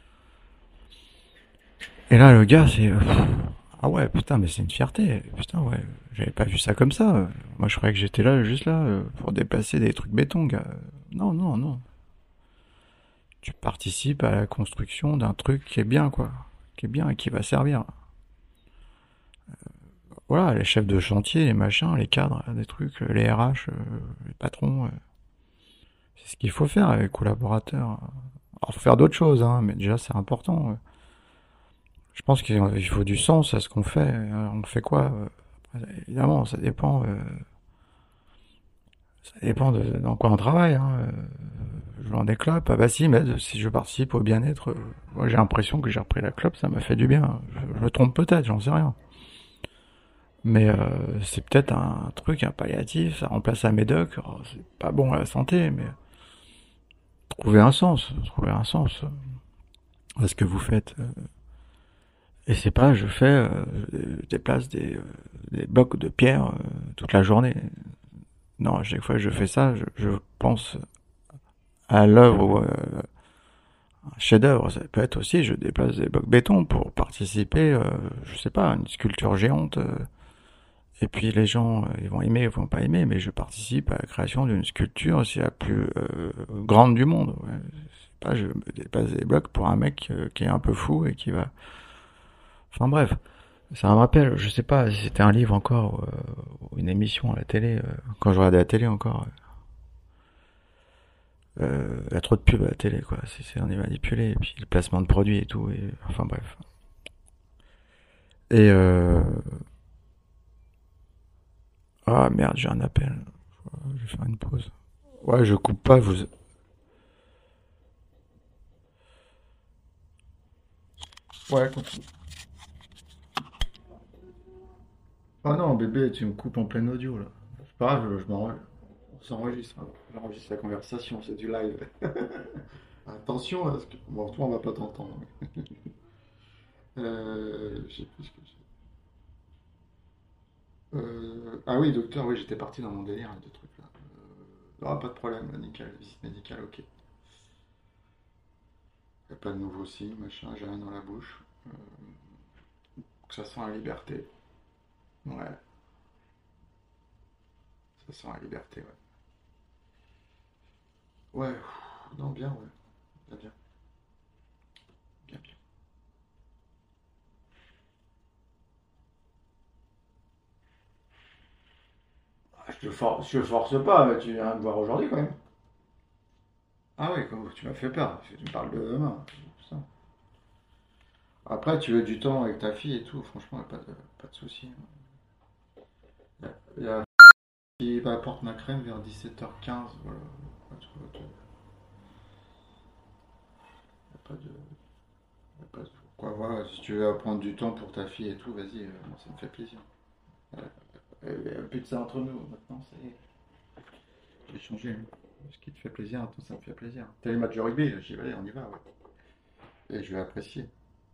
Et là le gars c'est... ah ouais, putain, mais c'est une fierté. Putain, ouais, j'avais pas vu ça comme ça. Moi, je croyais que j'étais là, juste là, pour déplacer des trucs béton, gars. Non, non, non. Tu participes à la construction d'un truc qui est bien, quoi. Qui est bien et qui va servir. Voilà, les chefs de chantier, les machins, les cadres, des trucs, les RH, les patrons. C'est ce qu'il faut faire avec les collaborateurs. Alors, faut faire d'autres choses, hein, mais déjà, c'est important. Je pense qu'il faut du sens à ce qu'on fait. On fait quoi? Évidemment, ça dépend de dans quoi on travaille. Hein. Je vends des clopes. Ah bah si, mais si je participe au bien-être, moi j'ai l'impression que j'ai repris la clope, ça m'a fait du bien. Je me trompe peut-être, j'en sais rien. Mais c'est peut-être un truc, un palliatif, ça remplace la médoc. Alors, c'est pas bon à la santé, mais trouver un sens à ce que vous faites. Et c'est pas, je déplace des blocs de pierre toute la journée. Non, à chaque fois que je fais ça, je pense à l'œuvre ou un chef-d'œuvre. Ça peut être aussi, je déplace des blocs de béton pour participer, je sais pas, à une sculpture géante. Et puis les gens, ils vont aimer, ils vont pas aimer, mais je participe à la création d'une sculpture, c'est la plus grande du monde. Ouais. C'est pas, je me déplace des blocs pour un mec qui est un peu fou et qui va. Enfin bref, ça me rappelle, je sais pas si c'était un livre encore ou une émission à la télé, quand je regardais la télé encore. Il y a trop de pubs à la télé, quoi. On est manipulé, et puis le placement de produits et tout, et enfin bref. Et ah merde, j'ai un appel. Je vais faire une pause. Ouais, je coupe pas, vous. Ouais, continue. Ah non, bébé, tu me coupes en plein audio là. C'est pas grave, on s'enregistre. Hein. J'enregistre la conversation, c'est du live. Attention, parce que bon, toi, on va pas t'entendre. Je sais plus ce que j'ai. Ah oui, docteur, oui, j'étais parti dans mon délire de trucs là. Ah, pas de problème, nickel, visite médicale, ok. Y a pas de nouveau signe, machin, j'ai rien dans la bouche. Ça sent la liberté. Ouais, ça sent la liberté, ouais. Ouais, non, bien, ouais. Bien, bien, bien, bien. Ah, je te force pas, tu viens me voir aujourd'hui quand même. Ah oui, tu m'as fait peur, parce que tu me parles de demain. C'est ça. Après, tu veux du temps avec ta fille et tout, franchement, pas de souci. Il y a qui apporte ma crème vers 17h15, voilà. Pas de, y a pas de- Quoi, voilà, si tu veux prendre du temps pour ta fille et tout, vas-y, moi, ça me fait plaisir. Il n'y a plus de ça entre nous, maintenant, c'est. J'ai changé. Ce qui te fait plaisir, attends, ça me fait plaisir. T'as les matchs de rugby, j'y vais, allez, on y va, ouais. Et je vais apprécier.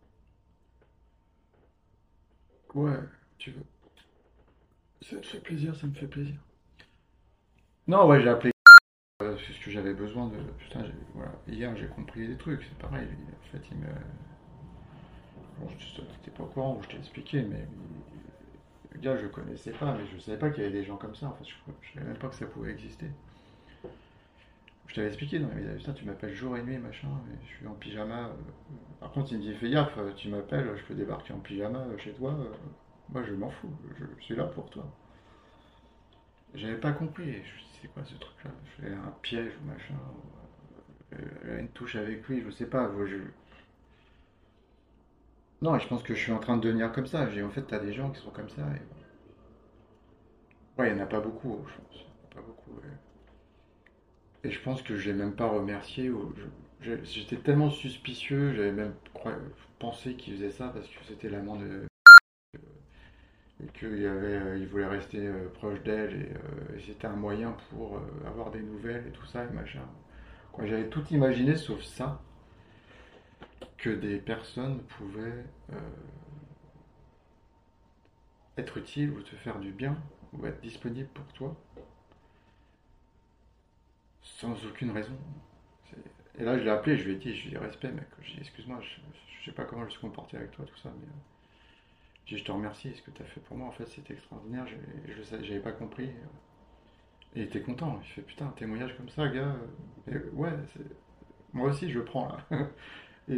Ouais, tu veux. Ça te fait plaisir, ça me fait plaisir. Non, ouais, j'ai appelé. C'est ce que j'avais besoin de. Putain, voilà. Hier, j'ai compris des trucs, c'est pareil. En fait, il me. Bon, t'étais pas au courant, je t'ai expliqué, mais. Le gars, je connaissais pas, mais je savais pas qu'il y avait des gens comme ça. En fait, je savais même pas que ça pouvait exister. Je t'avais expliqué dans la vidéo, putain, tu m'appelles jour et nuit, machin, et je suis en pyjama. Par contre, il me dit, fais gaffe, tu m'appelles, je peux débarquer en pyjama chez toi. Moi, je m'en fous, je suis là pour toi. J'avais pas compris, je dis, c'est quoi ce truc-là? Je fais un piège ou machin, une touche avec lui, je sais pas. Non, je pense que je suis en train de devenir comme ça. En fait, t'as des gens qui sont comme ça. Ouais, il y en a pas beaucoup, je pense. Il y en a pas beaucoup, ouais. Et je pense que je l'ai même pas remercié. J'étais tellement suspicieux, j'avais même pensé qu'il faisait ça parce que c'était l'amant de. Et il voulait rester proche d'elle et c'était un moyen pour avoir des nouvelles et tout ça et machin. Quoi, j'avais tout imaginé sauf ça, que des personnes pouvaient être utiles ou te faire du bien ou être disponibles pour toi sans aucune raison. Et là, je l'ai appelé, je lui ai dit, je lui ai dit respect, mec. Je lui ai dit, excuse-moi, je sais pas comment je me suis comporté avec toi, tout ça, mais je te remercie, ce que tu as fait pour moi, en fait, c'était extraordinaire, j'avais pas compris. Et il était content, il fait putain, un témoignage comme ça, gars. Ouais, moi aussi, je le prends là. Et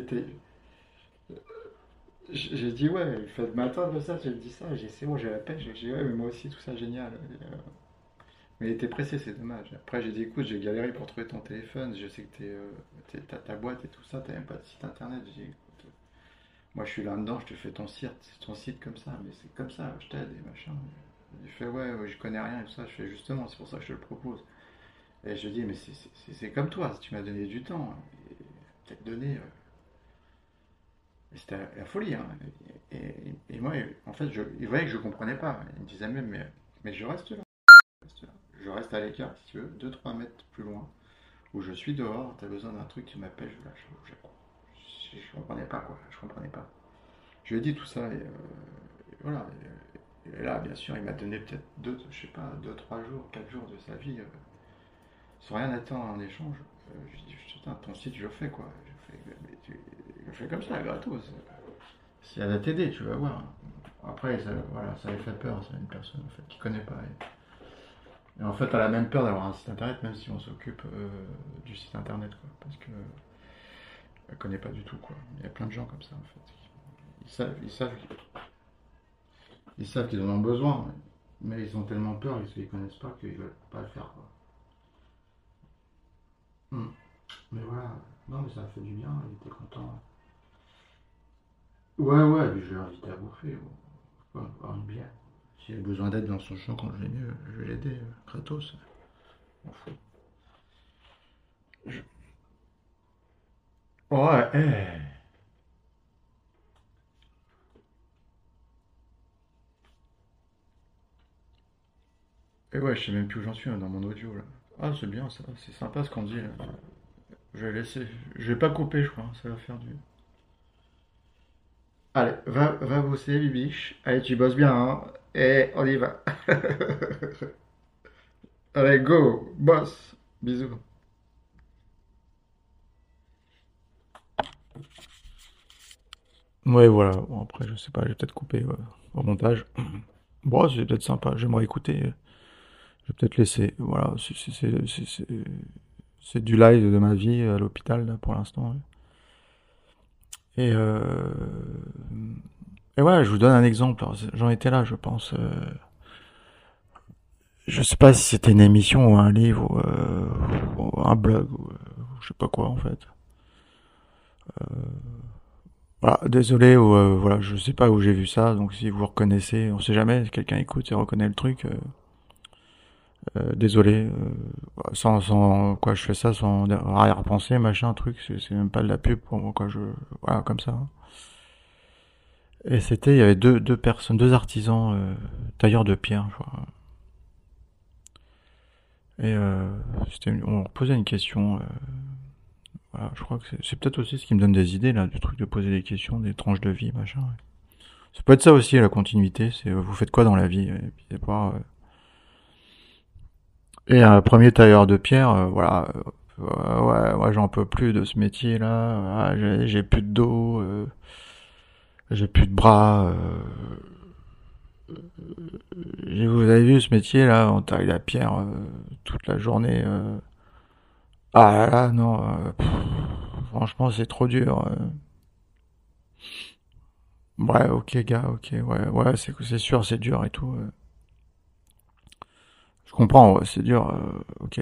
j'ai dit, ouais, il fait le matin de ça, j'ai dit ça, c'est bon, j'ai la pêche, j'ai dit, ouais, mais moi aussi, tout ça, génial. Mais il était pressé, c'est dommage. Après, j'ai dit, écoute, j'ai galéré pour trouver ton téléphone. Je sais que t'as ta boîte et tout ça, t'as même pas de site internet. J'ai dit, écoute, moi je suis là-dedans, je te fais ton site comme ça, mais c'est comme ça, je t'aide et machin. Il fait, ouais, je connais rien et tout ça. Je fais, justement, c'est pour ça que je te le propose. Et je dis, mais c'est comme toi, si tu m'as donné du temps, et t'as donné. Et c'était la folie, hein. Et moi, en fait, il voyait que je comprenais pas. Il me disait même, mais je reste là. Je reste à l'écart, si tu veux, 2-3 mètres plus loin, où je suis dehors, t'as besoin d'un truc, tu m'appelles, je lâche. Je comprenais pas, quoi, je comprenais pas. Je lui ai dit tout ça, et voilà. Et là, bien sûr, il m'a donné peut-être 2-3 jours, 4 jours de sa vie, sans rien attendre en échange. Je lui ai dit, putain, ton site, je le fais, quoi. Je le fais comme ça, gratos. Si elle va t'aider, tu vas voir. Après, voilà, ça lui fait peur, c'est une personne en fait, qui connaît pas. Et en fait, elle a même peur d'avoir un site internet, même si on s'occupe du site internet, quoi, parce que elle connaît pas du tout, quoi. Il y a plein de gens comme ça, en fait. Ils savent qu'ils en ont besoin, mais ils ont tellement peur parce qu'ils connaissent pas qu'ils veulent pas le faire, quoi. Mais voilà, non, mais ça a fait du bien, il était content. Ouais, puis je l'ai invité à bouffer, boire une bière. S'il a besoin d'aide dans son champ quand je vais mieux, je vais l'aider, gratos. M'en fous. Ouais, Et ouais, je sais même plus où j'en suis là, dans mon audio là. Ah, c'est bien ça, c'est sympa ce qu'on dit là. Je vais laisser. Je vais pas couper, je crois, ça va faire du. Allez, va bosser, Bibiche. Allez, tu bosses bien, hein. Et on y va. Allez, go, boss. Bisous. Ouais, voilà. Bon, après, je sais pas, je vais peut-être couper au montage. Bon, c'est peut-être sympa. J'aimerais écouter. Je vais peut-être laisser. Voilà, c'est du live de ma vie à l'hôpital, là, pour l'instant. Et, et ouais, je vous donne un exemple. Alors, j'en étais là, je pense. Je sais pas si c'était une émission ou un livre ou un blog ou je sais pas quoi en fait. Voilà, désolé, ou voilà, je sais pas où j'ai vu ça, donc si vous reconnaissez, on sait jamais, si quelqu'un écoute et reconnaît le truc, désolé, sans quoi je fais ça, sans arrière-pensée, machin, truc, c'est même pas de la pub pour moi, quoi, voilà, comme ça. Hein. Et il y avait deux personnes, deux artisans, tailleurs de pierre, je crois. Et on posait une question, voilà, je crois que c'est peut-être aussi ce qui me donne des idées, là, du truc de poser des questions, des tranches de vie, machin. Ouais. Ça peut être ça aussi, la continuité, c'est vous faites quoi dans la vie, et puis c'est pas... Et un premier tailleur de pierre, voilà, ouais, j'en peux plus de ce métier-là, j'ai plus de dos, j'ai plus de bras, vous avez vu ce métier-là, on taille la pierre toute la journée, ah là là, non, franchement c'est trop dur. Ouais, ok gars, ok, ouais, c'est sûr, c'est dur et tout. Je comprends, ouais, c'est dur, ok.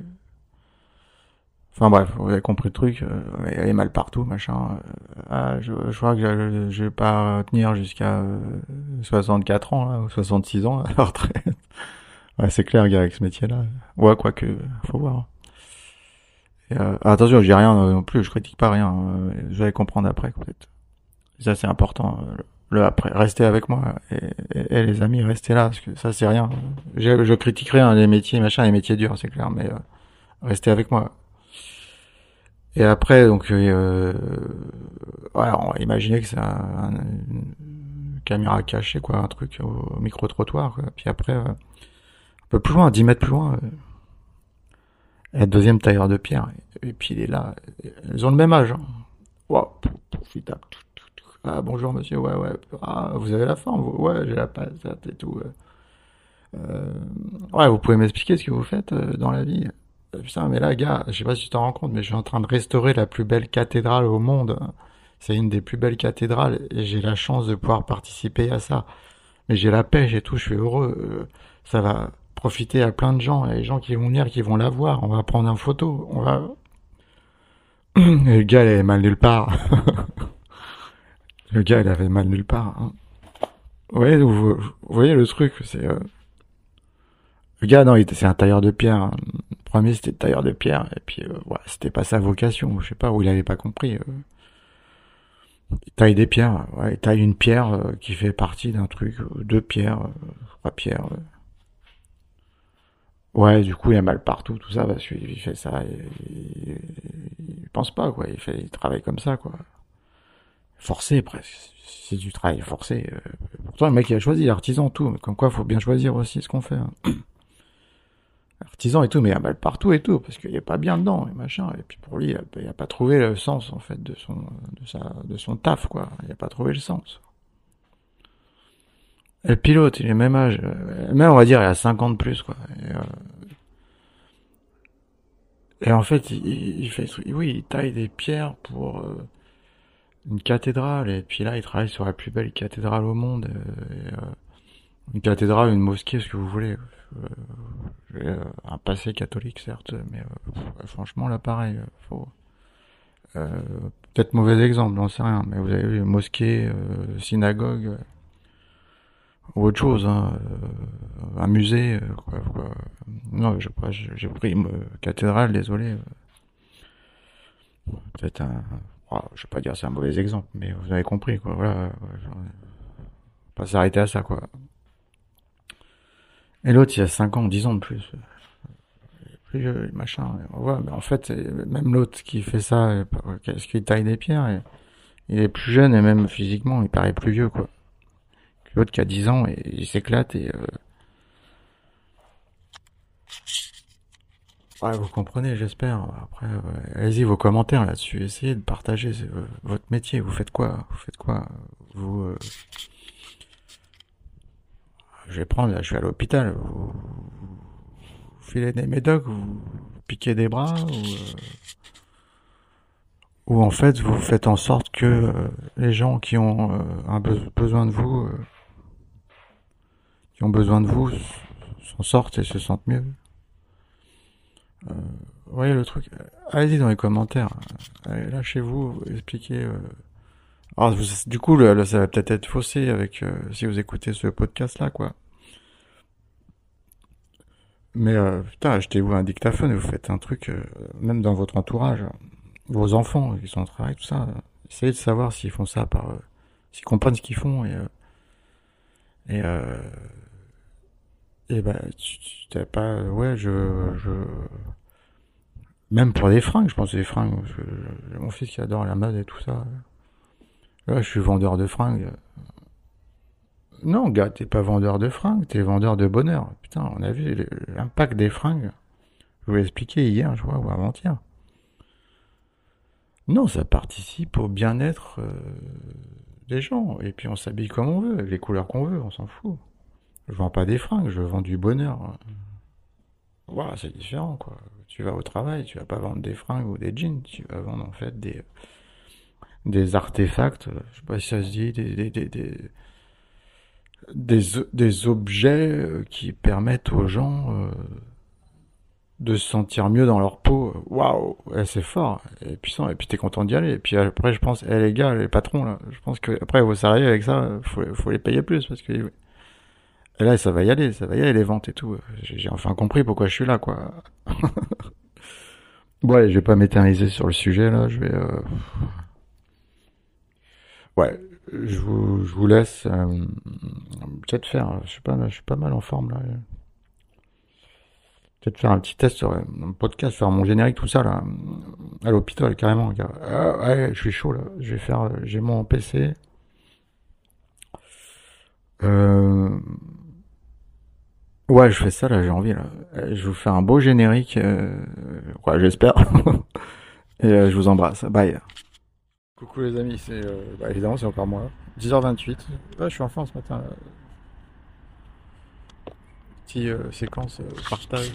Enfin bref, vous avez compris le truc, elle est mal partout, machin. Je crois que je vais pas tenir jusqu'à 64 ans, là, ou 66 ans, à la retraite. Ouais, c'est clair, gars, avec ce métier-là. Ouais, quoique, faut voir. Et, attention, je dis rien non plus, je critique pas rien. Vous allez comprendre après, peut-être. Ça, c'est important. Le après, restez avec moi. Et les amis, restez là, parce que ça, c'est rien. Je critique rien, les métiers, machin, les métiers durs, c'est clair, mais restez avec moi. Et après, donc, voilà, on va imaginer que c'est une caméra cachée, quoi, un truc au micro-trottoir, quoi. Puis après, un peu plus loin, 10 mètres plus loin, et le deuxième tailleur de pierre. Et puis il est là. Ils ont le même âge, hein. Wow, il tape. Ah, bonjour monsieur, ouais. Ah, vous avez la forme, vous? Ouais, j'ai la patate et tout. Ouais, vous pouvez m'expliquer ce que vous faites dans la vie? Putain, mais là, gars, je sais pas si tu t'en rends compte, mais je suis en train de restaurer la plus belle cathédrale au monde. C'est une des plus belles cathédrales et j'ai la chance de pouvoir participer à ça. Mais j'ai la pêche et tout, je suis heureux. Ça va profiter à plein de gens. Il y a des gens qui vont venir, qui vont la voir. On va prendre une photo. On va... Et le gars, il avait mal nulle part. Le gars, il avait mal nulle part. Hein. Vous voyez le truc, c'est... Le gars, non, c'est un tailleur de pierre. Hein. Le premier, c'était tailleur de pierre. Et puis, c'était pas sa vocation. Je sais pas, où il avait pas compris. Il taille des pierres. Ouais, il taille une pierre qui fait partie d'un truc. Deux pierres, trois pierres. Ouais, du coup, il a mal partout, tout ça, parce qu'il fait ça. Il pense pas, quoi. Il travaille comme ça, quoi. Forcé, presque. C'est du travail forcé. Pourtant, le mec, il a choisi artisan, tout. Comme quoi, faut bien choisir aussi ce qu'on fait. Hein. Artisan et tout, mais il a mal partout et tout, parce qu'il est pas bien dedans, et machin. Et puis pour lui, il a pas trouvé le sens, en fait, de son taf, quoi. Il a pas trouvé le sens. Et le pilote, il est même âge. Même, on va dire, il a 5 ans de plus, quoi. Et en fait, il fait... Oui, il taille des pierres pour une cathédrale, et puis là, il travaille sur la plus belle cathédrale au monde. Une cathédrale, une mosquée, ce que vous voulez. J'ai un passé catholique, certes, mais franchement, là, pareil, faut... peut-être mauvais exemple, j'en sais rien, mais vous avez vu, mosquée, synagogue, ou autre chose, hein, un musée, quoi. Non, j'ai pris une cathédrale, désolé. Peut-être je vais pas dire c'est un mauvais exemple, mais vous avez compris, quoi, voilà. Pas s'arrêter à ça, quoi. Et l'autre, il a 5 ans, 10 ans de plus. Plus vieux, machin. Ouais, mais en fait, même l'autre qui fait ça, est-ce qu'il taille des pierres, il est plus jeune, et même physiquement, il paraît plus vieux, quoi. Que l'autre qui a 10 ans, et il s'éclate, et... Ouais, vous comprenez, j'espère. Après, allez-y, vos commentaires là-dessus. Essayez de partager votre métier. Vous faites quoi? Vous... Je vais prendre, là, je suis à l'hôpital. Vous filez des médocs, vous piquez des bras, ou en fait, vous faites en sorte que les gens qui ont besoin de vous, s'en sortent et se sentent mieux. Vous voyez le truc. Allez-y dans les commentaires. Allez, lâchez-vous, expliquez. Alors, du coup, là, ça va peut-être être faussé avec si vous écoutez ce podcast-là, quoi. Mais putain, achetez-vous un dictaphone et vous faites un truc, même dans votre entourage, vos enfants qui sont au travail, tout ça. Essayez de savoir s'ils font ça s'ils comprennent ce qu'ils font et bah, t'as pas, ouais, même pour des fringues, je pense des fringues, parce que j'ai mon fils qui adore la mode et tout ça. Là, je suis vendeur de fringues. Non, gars, t'es pas vendeur de fringues, t'es vendeur de bonheur. Putain, on a vu l'impact des fringues. Je vous l'ai expliqué hier, je crois, ou avant-hier. Non, ça participe au bien-être des gens. Et puis on s'habille comme on veut, avec les couleurs qu'on veut, on s'en fout. Je vends pas des fringues, je vends du bonheur. Voilà, c'est différent, quoi. Tu vas au travail, tu vas pas vendre des fringues ou des jeans, tu vas vendre en fait des artefacts, je sais pas si ça se dit, des objets qui permettent aux gens de se sentir mieux dans leur peau. Waouh, c'est fort, et puissant, et puis t'es content d'y aller. Et puis après, je pense, les gars, les patrons, là, je pense que après vos salariés avec ça, faut les payer plus, parce que... Et là, ça va y aller les ventes et tout. J'ai enfin compris pourquoi je suis là, quoi. Bon, allez, je vais pas m'éterniser sur le sujet, là, je vais... Ouais, je vous laisse peut-être faire, je suis pas mal en forme là. Peut-être faire un petit test sur un podcast, faire mon générique, tout ça là, à l'hôpital carrément. Ouais, je suis chaud là. Je vais faire, j'ai mon PC. Ouais, je fais ça là, j'ai envie là. Je vous fais un beau générique, ouais, j'espère. Et je vous embrasse. Bye. Coucou les amis, c'est évidemment c'est encore moi. 10h28. Ouais, je suis en forme ce matin. Petite séquence partage.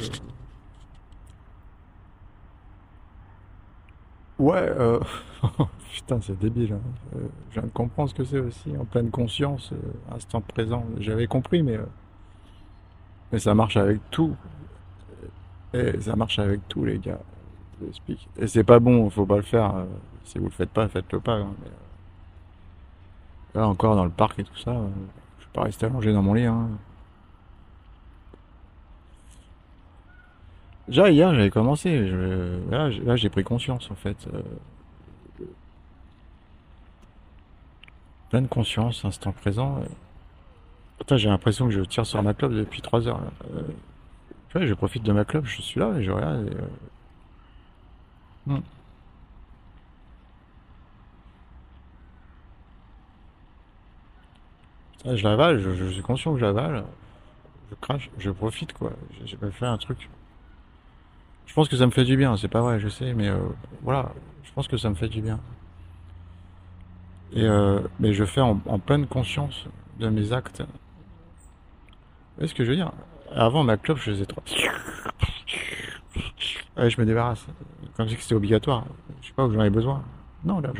Ouais, putain, c'est débile. Hein. Je viens de comprendre ce que c'est aussi, en pleine conscience, instant présent. J'avais compris, mais Mais ça marche avec tout. Et ça marche avec tout, les gars. Je vous explique. Et c'est pas bon, faut pas le faire. Si vous le faites pas, faites-le pas, hein. Mais, là encore, dans le parc et tout ça, je suis pas resté allongé dans mon lit, hein. Déjà, hier, j'avais commencé. Là, j'ai pris conscience, en fait. Pleine conscience, instant présent. Putain, j'ai l'impression que je tire sur ma clope depuis 3 heures, là. Tu vois, je profite de ma clope, je suis là et je regarde. Hmm. Putain, je l'avale, je suis conscient que j'avale. Je crache, je profite, quoi. J'ai pas fait un truc. Je pense que ça me fait du bien, c'est pas vrai, je sais, mais voilà, je pense que ça me fait du bien. Mais je fais en pleine conscience de mes actes. Vous voyez ce que je veux dire? Avant, ma clope, je faisais trop. Ouais, je me débarrasse. Comme si c'était obligatoire. Je sais pas où j'en avais besoin. Non, là,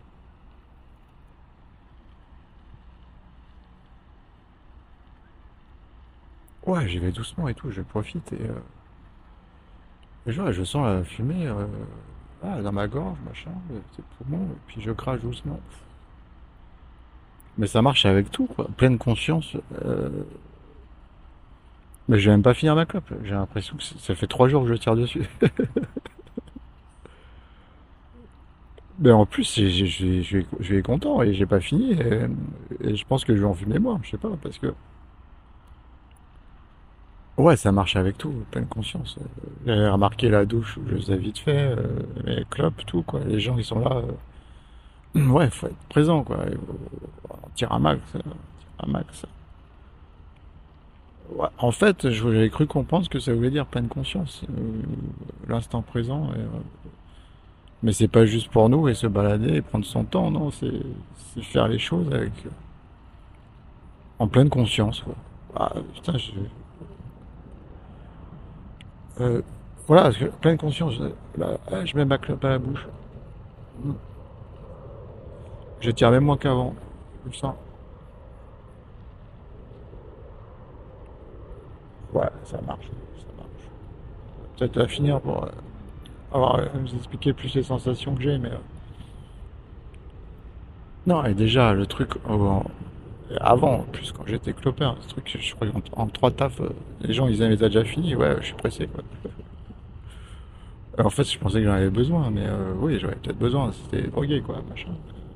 ouais, j'y vais doucement et tout, je profite et je sens la fumée dans ma gorge, machin, c'est poumons, et puis je crache doucement. Mais ça marche avec tout, quoi. Pleine conscience. Mais je vais même pas finir ma clope. J'ai l'impression que ça fait 3 jours que je tire dessus. Mais en plus, je vais content et j'ai pas fini. Et je pense que je vais en fumer moins. Je sais pas, parce que. Ouais, ça marche avec tout, pleine conscience. J'avais remarqué la douche où je faisais vite fait, les clopes, tout, quoi. Les gens qui sont là. Ouais, faut être présent, quoi. On tire un max. On tire un max. Ouais, en fait, j'avais cru comprendre ce que ça voulait dire pleine conscience, l'instant présent. Mais c'est pas juste pour nous et se balader et prendre son temps, non, c'est faire les choses avec en pleine conscience, quoi. Ah, putain, euh, voilà, parce que pleine conscience. Là, je mets ma clope à la bouche. Je tire même moins qu'avant. Je le sens. Ouais, ça marche, ça marche. Peut-être à finir pour vous expliquer plus les sensations que j'ai, mais non, et déjà le truc avant, en plus quand j'étais clopin, ce truc, je crois qu'en 3 tafs, les gens ils avaient déjà fini, ouais, je suis pressé, quoi. En fait, je pensais que j'en avais besoin, mais oui, j'aurais peut-être besoin, c'était drogué, quoi, machin.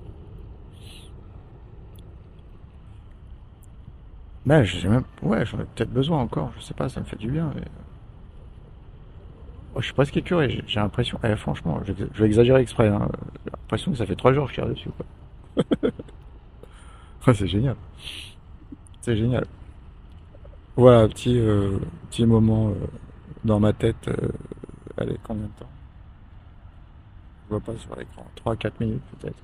Mais ouais, j'en ai peut-être besoin encore, je sais pas, ça me fait du bien, mais oh, je suis presque écœuré, j'ai l'impression, franchement, je vais exagérer exprès, hein. J'ai l'impression que ça fait 3 jours que je tire dessus, quoi. Ouais, c'est génial, c'est génial. Voilà, petit moment dans ma tête, allez, combien de temps? Je vois pas sur l'écran, 3 4 minutes peut-être.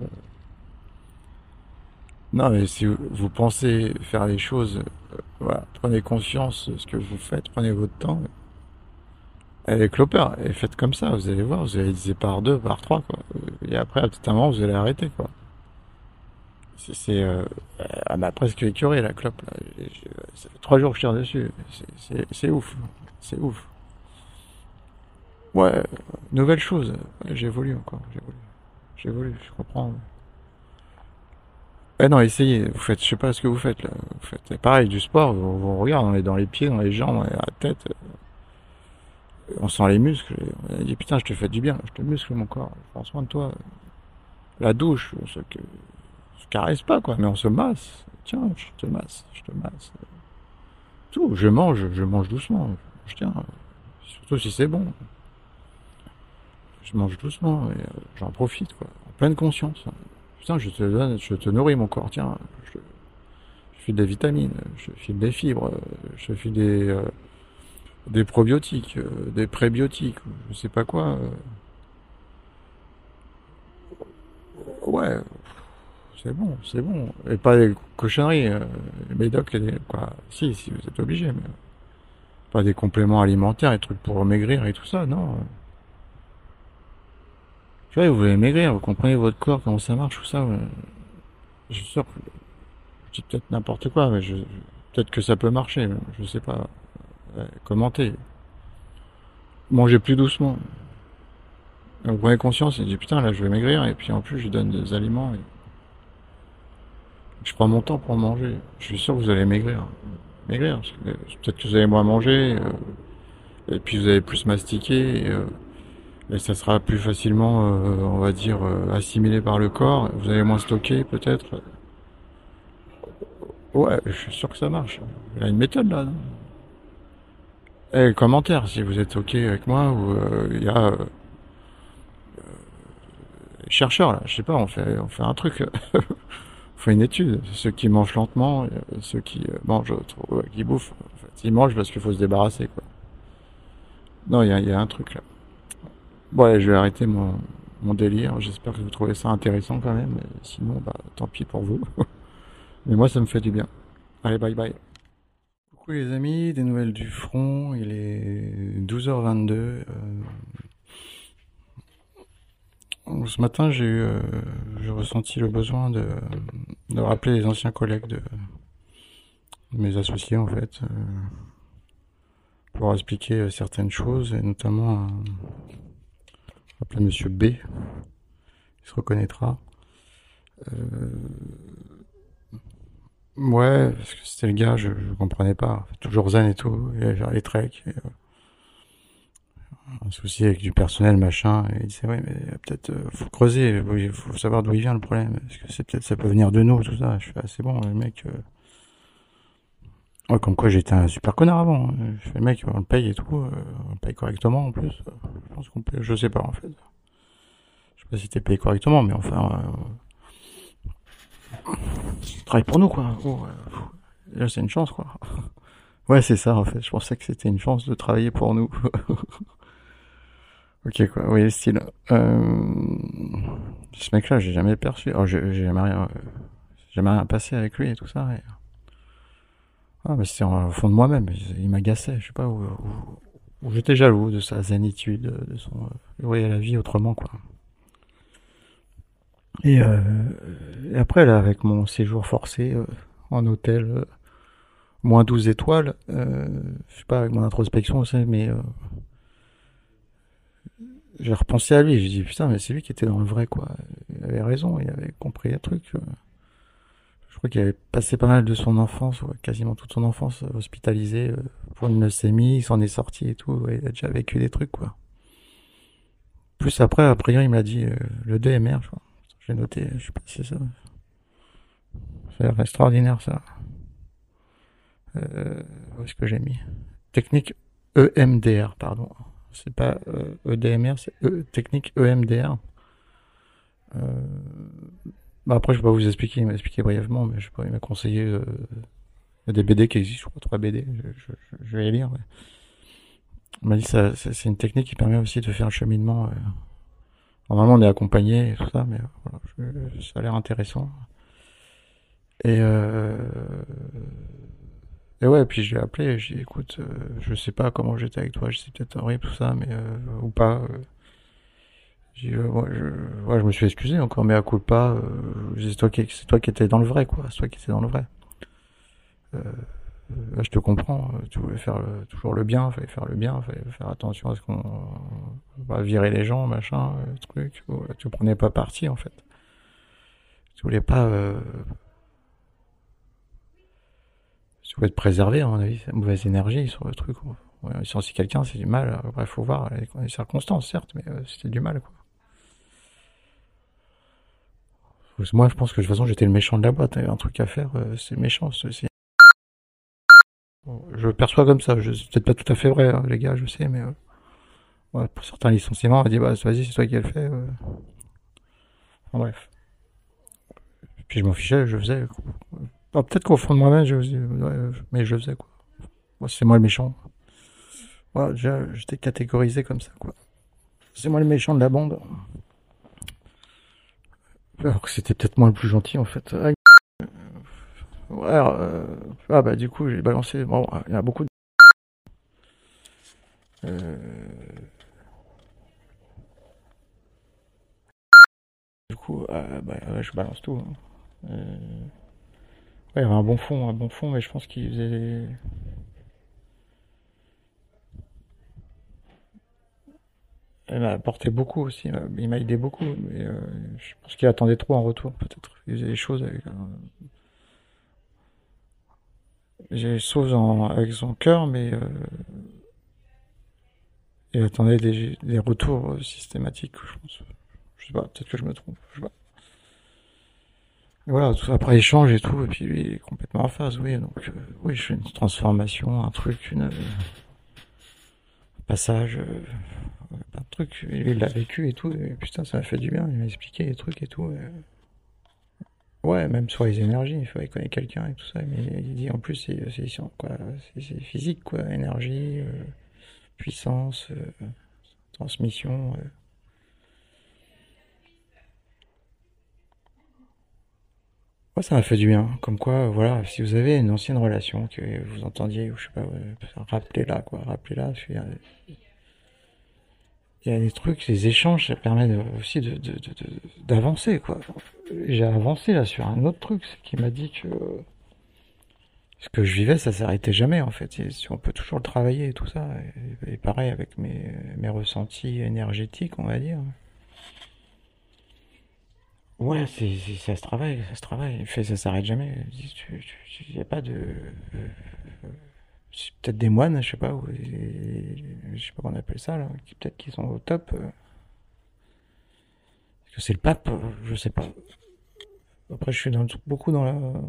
Non, mais si vous pensez faire les choses, voilà, prenez conscience de ce que vous faites, prenez votre temps, et clopeur, et faites comme ça, vous allez voir, vous allez diviser par 2, par 3, quoi. Et après, à tout un moment, vous allez arrêter, quoi. Elle m'a presque écœuré, la clope, là. Ça fait 3 jours que je tire dessus. C'est ouf. C'est ouf. Ouais, nouvelle chose. Ouais, j'évolue encore, j'évolue, je comprends. Non, essayez, vous faites, je sais pas ce que vous faites, là. Vous faites, pareil, du sport, on regarde, on est dans les pieds, dans les jambes, dans la tête. On sent les muscles, et on a dit putain, je te fais du bien, je te muscle mon corps, prends soin de toi. La douche, on se caresse pas, quoi, mais on se masse. Tiens, je te masse, je te masse. Tout, je mange doucement. Je tiens, surtout si c'est bon. Je mange doucement et j'en profite, quoi, en pleine conscience. Putain, je te nourris mon corps, tiens, je file des vitamines, je file des fibres, je file des probiotiques, des prébiotiques, je sais pas quoi. Ouais, c'est bon. Et pas des cochonneries, les médocs, quoi. Si vous êtes obligé, mais pas des compléments alimentaires, des trucs pour maigrir et tout ça, non. Tu vois, vous voulez maigrir, vous comprenez votre corps, comment ça marche, tout ça. Je suis sûr que je dis peut-être n'importe quoi, mais peut-être que ça peut marcher, je sais pas. commentez. Mangez plus doucement. Vous prenez conscience et dites putain là je vais maigrir et puis en plus je donne des aliments et je prends mon temps pour manger. Je suis sûr que vous allez maigrir. Maigrir, parce que peut-être que vous allez moins manger et puis vous allez plus mastiquer et ça sera plus facilement, on va dire, assimilé par le corps. Vous allez moins stocker peut-être. Ouais, je suis sûr que ça marche. Il y a une méthode là. Non et commentaire si vous êtes ok avec moi ou il y a chercheurs là, je sais pas, on fait un truc, on fait une étude. Ceux qui mangent lentement, ceux qui mangent trop, qui bouffent, en fait, ils mangent parce qu'il faut se débarrasser quoi. Non, il y a un truc là. Bon, allez, je vais arrêter mon délire. J'espère que vous trouvez ça intéressant quand même. Sinon, bah, tant pis pour vous. Mais moi, ça me fait du bien. Allez, bye bye. Coucou les amis, des nouvelles du front. Il est 12h22. Ce matin, j'ai ressenti le besoin de rappeler les anciens collègues de mes associés en fait, pour expliquer certaines choses et notamment rappeler Monsieur B. Il se reconnaîtra. Ouais, parce que c'était le gars, je comprenais pas. Toujours zen et tout, il allait faire les treks. Un souci avec du personnel, machin. Et il disait, ouais, mais peut-être, faut creuser, il faut savoir d'où il vient le problème. Parce que c'est peut-être, ça peut venir de nous, tout ça. Je fais, ah, c'est bon, le mec. Ouais, comme quoi j'étais un super connard avant. Je fais, le mec, on le paye et tout, on le paye correctement en plus. Je pense qu'on paye, je sais pas en fait. Je sais pas si t'es payé correctement, mais enfin. Travaille pour nous quoi. Là c'est une chance quoi. Ouais c'est ça en fait. Je pensais que c'était une chance de travailler pour nous. Ok quoi. Oui le style. Ce mec là j'ai jamais perçu. Oh j'ai jamais rien passé avec lui et tout ça. Ah mais c'était au fond de moi-même. Il m'agaçait. Je sais pas où j'étais jaloux de sa zénitude, de son. Il voyait la vie autrement quoi. Et après, là, avec mon séjour forcé en hôtel, moins 12 étoiles, je sais pas, avec mon introspection aussi, mais j'ai repensé à lui, j'ai dit, putain, mais c'est lui qui était dans le vrai, quoi. Il avait raison, il avait compris le truc. Je crois qu'il avait passé pas mal de son enfance, ouais, quasiment toute son enfance, hospitalisé pour une leucémie, il s'en est sorti et tout, ouais, il a déjà vécu des trucs, quoi. Plus après, il m'a dit, le DMR, je crois. J'ai noté, je sais pas si c'est ça. Ça a l'air extraordinaire, ça. Où est-ce que j'ai mis? Technique EMDR, pardon. C'est pas EDMR, c'est technique EMDR. Bah après, je vais pas vous expliquer, il m'a expliqué brièvement, mais je sais pas, il m'a conseillé. Il y a des BD qui existent, je crois, 3 BD, je vais les lire. Ouais. Il m'a dit ça, c'est une technique qui permet aussi de faire le cheminement. Normalement, on est accompagné et tout ça, mais voilà, ça a l'air intéressant. Et ouais, puis je l'ai appelé, j'ai dit, écoute, je sais pas comment j'étais avec toi, c'est peut-être horrible tout ça, mais ou pas. J'ai dit, je me suis excusé encore, mais à coup pas. C'est toi qui étais dans le vrai, quoi. C'est toi qui étais dans le vrai. Là, je te comprends. Tu voulais faire toujours le bien, fallait faire le bien, fallait faire attention à ce qu'on va virer les gens, machin, truc. Tu prenais pas parti en fait. Tu voulais pas. Tu voulais te préserver, à mon avis, la mauvaise énergie sur le truc. Ouais, licencier quelqu'un, c'est du mal. Après, faut voir les circonstances, certes, mais c'était du mal, quoi. Moi, je pense que de toute façon, j'étais le méchant de la boîte. Un truc à faire, c'est méchant, c'est. Je le perçois comme ça, c'est peut-être pas tout à fait vrai, hein, les gars, je sais, mais ouais, pour certains licenciements, on va dire, bah, vas-y, c'est toi qui le fais. Enfin, bref. Puis je m'en fichais, je faisais. Ah, peut-être qu'au fond de moi-même, je faisais, ouais, mais je faisais, quoi. Moi, c'est moi le méchant. Voilà, déjà, j'étais catégorisé comme ça, quoi. C'est moi le méchant de la bande. Alors que c'était peut-être moi le plus gentil, en fait. Ouais, ah bah du coup j'ai balancé. Bon, il y a beaucoup de. Du coup, bah, je balance tout. Hein. Ouais, il y avait un bon fond, mais je pense qu'il faisait. il m'a apporté beaucoup aussi, il m'a aidé beaucoup, mais je pense qu'il attendait trop en retour, peut-être. Il faisait des choses avec, j'ai des choses avec son cœur, mais il attendait des retours systématiques, je pense. Je sais pas, peut-être que je me trompe, je sais pas. Et voilà, tout ça, après échange et tout, et puis lui, il est complètement en phase, oui, donc oui, je fais une transformation, un truc, un passage, plein de trucs, et lui, il l'a vécu et tout, et putain, ça m'a fait du bien, il m'a expliqué les trucs et tout, ouais, même sur les énergies, il fallait connaître quelqu'un et tout ça, mais il dit en plus, c'est physique, quoi, énergie, puissance, transmission, ouais, ça m'a fait du bien. Comme quoi, voilà, si vous avez une ancienne relation, que vous entendiez, ou je sais pas, rappelez-la, quoi, rappelez-la. Parce qu'il y a des trucs, les échanges, ça permet aussi d'avancer, quoi. J'ai avancé là sur un autre truc, c'est qu'il m'a dit que ce que je vivais, ça s'arrêtait jamais, en fait. Si on peut toujours le travailler et tout ça. Et pareil avec mes ressentis énergétiques, on va dire. Ouais, ça se travaille, ça se travaille. Il fait, ça s'arrête jamais. Il n'y a pas de. C'est peut-être des moines, je sais pas, ou je sais pas comment on appelle ça, là, qui peut-être qui sont au top. Est-ce que c'est le pape? Je sais pas. Après, je suis beaucoup dans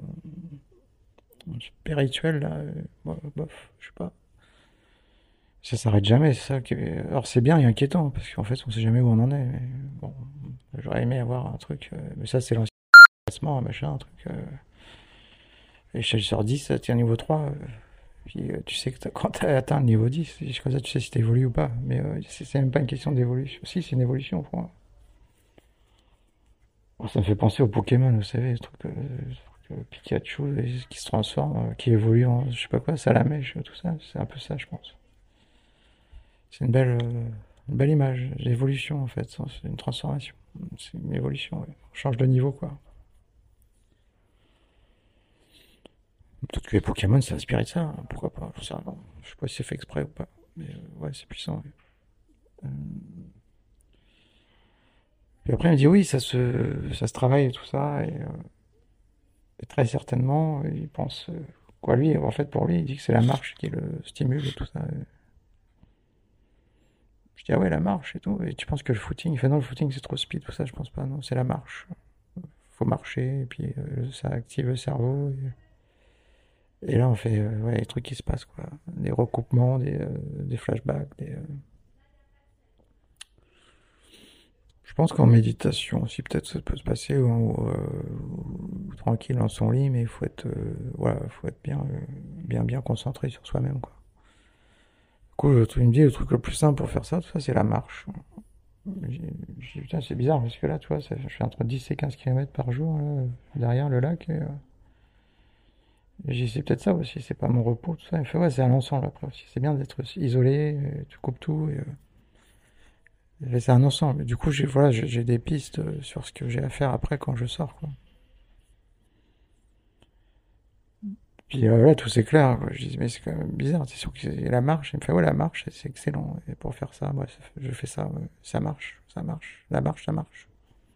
le spirituel, là. Bof, je sais pas. Ça s'arrête jamais, c'est ça. Alors c'est bien et inquiétant, parce qu'en fait, on sait jamais où on en est. Mais bon, j'aurais aimé avoir un truc. Mais ça, c'est l'ancien classement, machin, un truc. Échelle sur 10, t'es à niveau 3. Puis tu sais que quand t'as atteint le niveau 10, comme ça, tu sais si t'évolues ou pas. Mais c'est même pas une question d'évolution. Si, c'est une évolution pour moi. Bon, ça me fait penser aux Pokémon, vous savez, les trucs, Pikachu qui se transforme, qui évolue en je sais pas quoi, Salamèche, tout ça. C'est un peu ça, je pense. C'est une belle image d'évolution en fait, c'est une transformation, c'est une évolution, ouais. On change de niveau quoi. Peut-être que les Pokémon c'est inspiré de ça, hein. Pourquoi pas, je sais pas si c'est fait exprès ou pas, mais ouais c'est puissant. Ouais. Puis après il me dit oui ça se travaille et tout ça, et très certainement il pense, quoi lui, en fait pour lui il dit que c'est la marche qui le stimule et tout ça. Je dis, ah ouais, la marche et tout. Et tu penses que le footing, il fait non, le footing c'est trop speed, tout ça, je pense pas, non, c'est la marche. Faut marcher, et puis ça active le cerveau. Et là, on fait ouais, les trucs qui se passent, quoi. Des recoupements, des flashbacks, Je pense qu'en méditation aussi, peut-être ça peut se passer, ou tranquille dans son lit, mais il faut être, voilà, faut être bien concentré sur soi-même, quoi. Du coup, il me dit, le truc le plus simple pour faire ça, tout ça, c'est la marche. J'ai dit, putain, c'est bizarre, parce que là, tu vois, je fais entre 10 et 15 km par jour, là, derrière le lac, et j'ai dit, c'est peut-être ça aussi, c'est pas mon repos, tout ça. Il me fait, ouais, c'est un ensemble après aussi. C'est bien d'être isolé, tu coupes tout, et c'est un ensemble. Du coup, j'ai des pistes sur ce que j'ai à faire après quand je sors, quoi. Puis là, tout c'est clair, quoi. Je dis, mais c'est quand même bizarre, c'est sûr que c'est la marche. Il me fait, ouais, la marche, c'est excellent. Et pour faire ça, moi, je fais ça, ouais. Ça marche, ça marche. La marche, ça marche.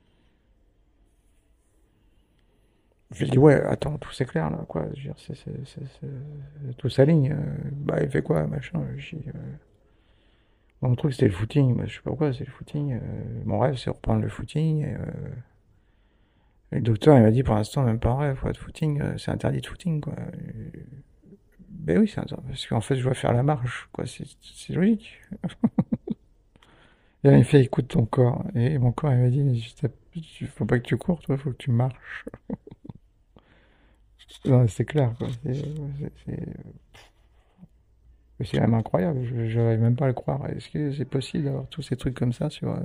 Je lui dis, ouais, attends, tout c'est clair, là, quoi. Je veux dire, tout s'aligne. Bah, il fait quoi, machin. Je dis, mon truc, c'était le footing. Bah, je sais pas pourquoi, c'est le footing. Mon rêve, c'est reprendre le footing. Et le docteur, il m'a dit, pour l'instant, même pas un rêve, quoi, de footing, c'est interdit de footing, quoi. Ben oui, c'est interdit, parce qu'en fait, je dois faire la marche, quoi, c'est logique. Et là, il me fait, écoute ton corps. Et mon corps, il m'a dit, mais faut pas que tu cours, toi, faut que tu marches. Non, c'est clair, quoi. C'est même incroyable, je n'arrive même pas à le croire. Est-ce que c'est possible d'avoir tous ces trucs comme ça sur...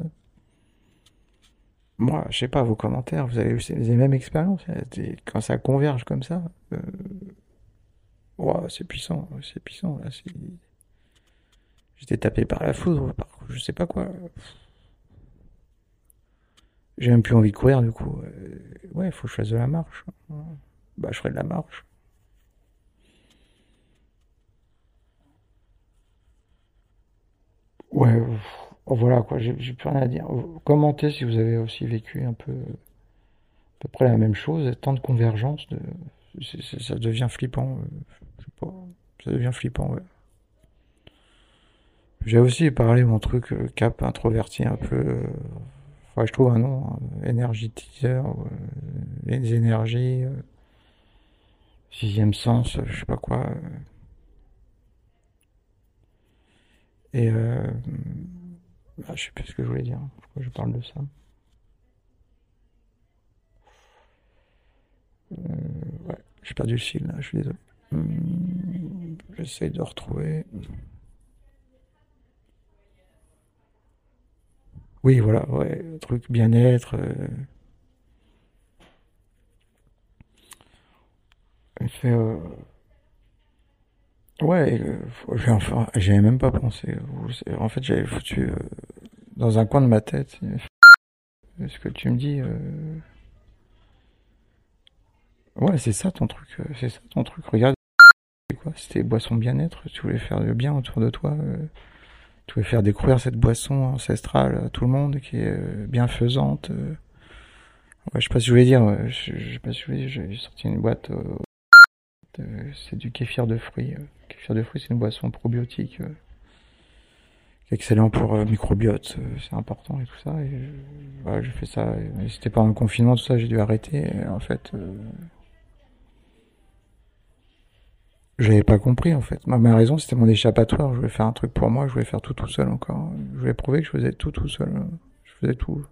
Moi, je sais pas, vos commentaires, vous avez eu les mêmes expériences. Quand ça converge comme ça, wow, c'est puissant, là, j'étais tapé par la foudre, par je sais pas quoi. J'ai même plus envie de courir, du coup. Ouais, il faut que je fasse de la marche. Bah, je ferai de la marche. Ouais, Voilà, quoi, j'ai plus rien à dire. Commentez si vous avez aussi vécu un peu, à peu près la même chose. Tant de convergence, ça devient flippant. Je sais pas, ça devient flippant, ouais. J'ai aussi parlé mon truc cap introverti un peu. Je trouve un nom, hein, énergétiseur, les énergies, sixième sens, je sais pas quoi. Et je sais plus ce que je voulais dire. Pourquoi je parle de ça? Ouais, j'ai perdu le fil là, je suis désolé. J'essaye de retrouver. Oui, voilà, ouais, truc bien-être. Fait, ouais, j'avais même pas pensé. En fait, j'avais foutu dans un coin de ma tête. Ce que tu me dis. Ouais, c'est ça ton truc. C'est ça ton truc. Regarde, c'est quoi? C'était boisson bien-être. Tu voulais faire le bien autour de toi. Tu voulais faire découvrir cette boisson ancestrale à tout le monde qui est bienfaisante. Ouais, je sais pas si je voulais dire. Je sais pas si je voulais dire. J'ai sorti une boîte. C'est du kéfir de fruits. Kéfir de fruits, c'est une boisson probiotique. Qui est excellent pour microbiote. C'est important et tout ça. Et voilà, j'ai fait ça. Et c'était pendant le confinement, tout ça, j'ai dû arrêter. Et en fait. J'avais pas compris en fait. Ma raison c'était mon échappatoire. Je voulais faire un truc pour moi. Je voulais faire tout seul encore. Je voulais prouver que je faisais tout seul. Je faisais tout.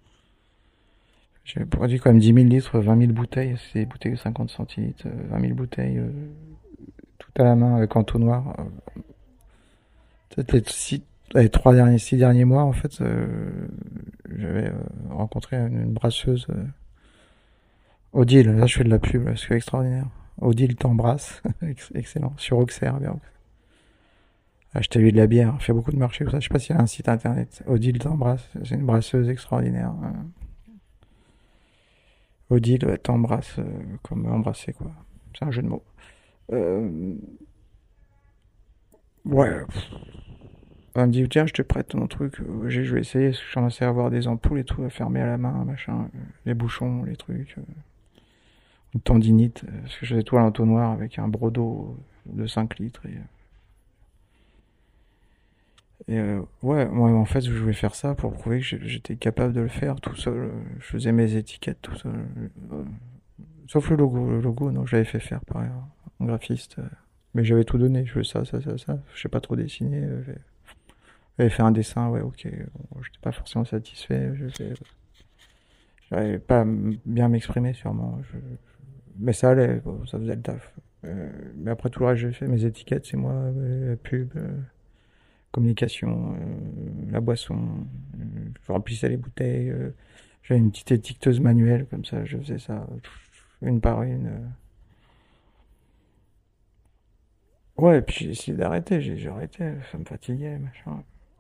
J'ai produit quand même 10 000 litres, 20 000 bouteilles. C'est des bouteilles de 50 centilitres. 20 000 bouteilles. Tout à la main avec entonnoir. Peut-être les 6 derniers mois en fait. J'avais rencontré une brasseuse. Odile. Là je fais de la pub. C'est extraordinaire. Odile t'embrasse. Excellent. Sur Auxerre, bien. Achetez-lui de la bière. Fait beaucoup de marché, tout ça. Je sais pas s'il y a un site internet. Odile t'embrasse. C'est une brasseuse extraordinaire. Odile t'embrasse comme embrasser, quoi. C'est un jeu de mots. Ouais. Elle me dit, tiens, je te prête mon truc. Je vais essayer, parce que je commençais à avoir des ampoules et tout, à fermer à la main, machin. Les bouchons, les trucs. Une tendinite, parce que j'avais tout à l'entonnoir avec un brodo de 5 litres. Ouais, moi en fait je voulais faire ça pour prouver que j'étais capable de le faire tout seul. Je faisais mes étiquettes tout seul. Sauf le logo. Le logo, non, j'avais fait faire par un graphiste. Mais j'avais tout donné. Je veux ça. Je sais pas trop dessiner. J'avais fait un dessin, ouais, ok. Bon, j'étais pas forcément satisfait. J'arrivais pas à bien m'exprimer sûrement. Mais ça allait, bon, ça faisait le taf. Mais après tout le reste, j'ai fait mes étiquettes, c'est moi, la pub, communication, la boisson, je remplissais les bouteilles, j'avais une petite étiqueteuse manuelle, comme ça, je faisais ça une par une. Ouais, et puis j'ai essayé d'arrêter, j'ai arrêté, ça me fatiguait, machin.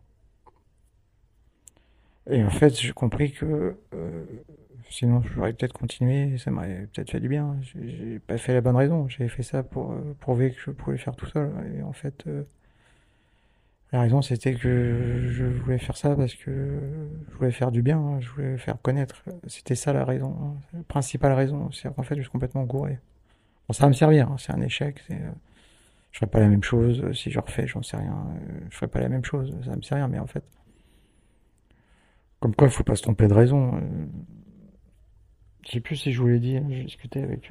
Et en fait, j'ai compris que sinon j'aurais peut-être continué, ça m'aurait peut-être fait du bien. J'ai pas fait la bonne raison, j'avais fait ça pour prouver que je pouvais le faire tout seul. Et en fait, la raison c'était que je voulais faire ça parce que je voulais faire du bien, hein, je voulais faire connaître. C'était ça la raison, hein, la principale raison. C'est qu'en fait, je suis complètement gouré. Bon, ça va me servir, hein, c'est un échec. Je ferai pas la même chose si je refais, j'en sais rien. Je ferai pas la même chose, ça me sert rien, mais en fait. Comme quoi, faut pas se tromper de raison. Je sais plus si je vous l'ai dit, hein, j'ai discuté avec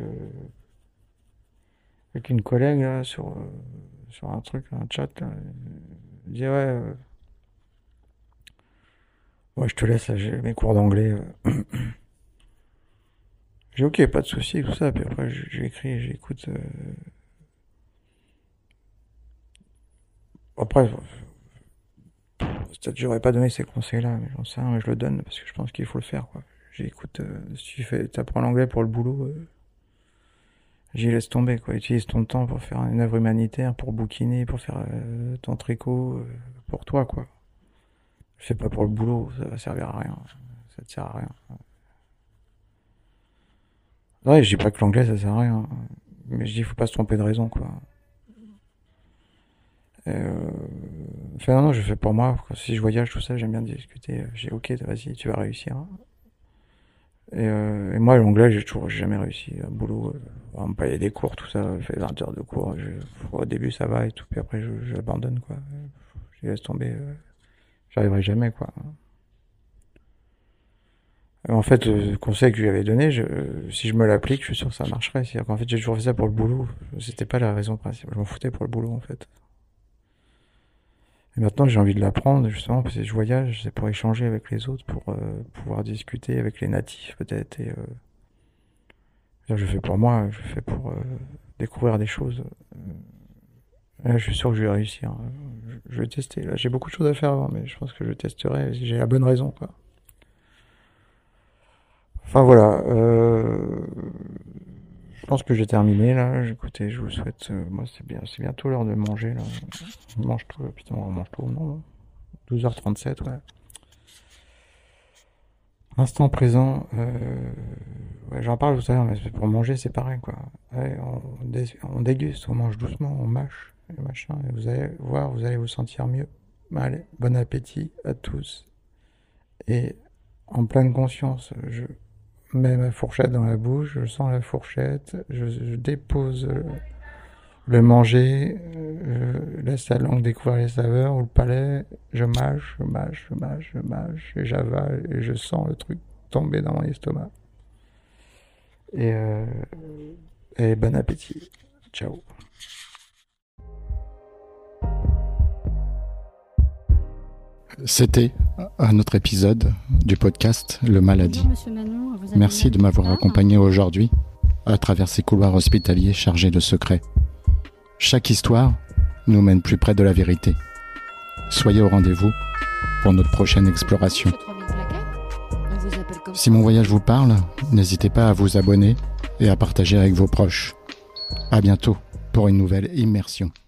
une collègue là, sur un truc, un chat. Là. Elle dit ouais, je te laisse, là, j'ai mes cours d'anglais. J'ai ok, pas de souci, tout ça. Puis après, j'ai écrit, j'écoute. Après, peut-être j'aurais pas donné ces conseils-là, mais j'en sais rien, mais je le donne parce que je pense qu'il faut le faire, quoi. J'écoute, si t'apprends l'anglais pour le boulot, j'y laisse tomber, quoi. Utilise ton temps pour faire une œuvre humanitaire, pour bouquiner, pour faire ton tricot, pour toi, quoi. Fais pas pour le boulot, ça va servir à rien. Ça te sert à rien. Ouais, je dis pas que l'anglais ça sert à rien, mais je dis faut pas se tromper de raison, quoi. Enfin, non, je fais pour moi. Si je voyage, tout ça, j'aime bien discuter. J'ai ok, vas-y, tu vas réussir. Et moi, l'anglais, j'ai jamais réussi. Au boulot, on me payait des cours, tout ça. Je fais 20 heures de cours. Au début, ça va et tout. Puis après, j'abandonne, quoi. Je laisse tomber. J'arriverai jamais, quoi. En fait, le conseil que je lui avais donné, si je me l'applique, je suis sûr que ça marcherait. C'est-à-dire qu'en fait, j'ai toujours fait ça pour le boulot. C'était pas la raison principale. Je m'en foutais pour le boulot, en fait. Et maintenant, j'ai envie de l'apprendre, justement, parce que je voyage, c'est pour échanger avec les autres, pour pouvoir discuter avec les natifs, peut-être. Et je fais pour moi, je fais pour découvrir des choses. Là, je suis sûr que je vais réussir. Je vais tester. Là, j'ai beaucoup de choses à faire avant, mais je pense que je testerai si j'ai la bonne raison, quoi. Enfin voilà, je pense que j'ai terminé là. Écoutez, je vous souhaite, moi c'est bientôt l'heure de manger là. On mange tout, putain, on mange tout, non 12h37, ouais. Instant présent, ouais, j'en parle tout à l'heure, mais pour manger c'est pareil quoi. Ouais, on déguste, on mange doucement, on mâche, et machin, et vous allez voir, vous allez vous sentir mieux. Allez, bon appétit à tous. Et en pleine conscience, je mets ma fourchette dans la bouche, je sens la fourchette, je dépose le manger, je laisse la langue découvrir les saveurs, ou le palais, je mâche, et j'avale, et je sens le truc tomber dans mon estomac. Et bon appétit. Ciao. C'était un autre épisode du podcast Le Maladie. Bonjour, Monsieur Manou, vous avez Merci de m'avoir mal au accompagné aujourd'hui à travers ces couloirs hospitaliers chargés de secrets. Chaque histoire nous mène plus près de la vérité. Soyez au rendez-vous pour notre prochaine exploration. Monsieur 3000 plaquettes, on vous appelle comme Si mon voyage vous parle, n'hésitez pas à vous abonner et à partager avec vos proches. À bientôt pour une nouvelle immersion.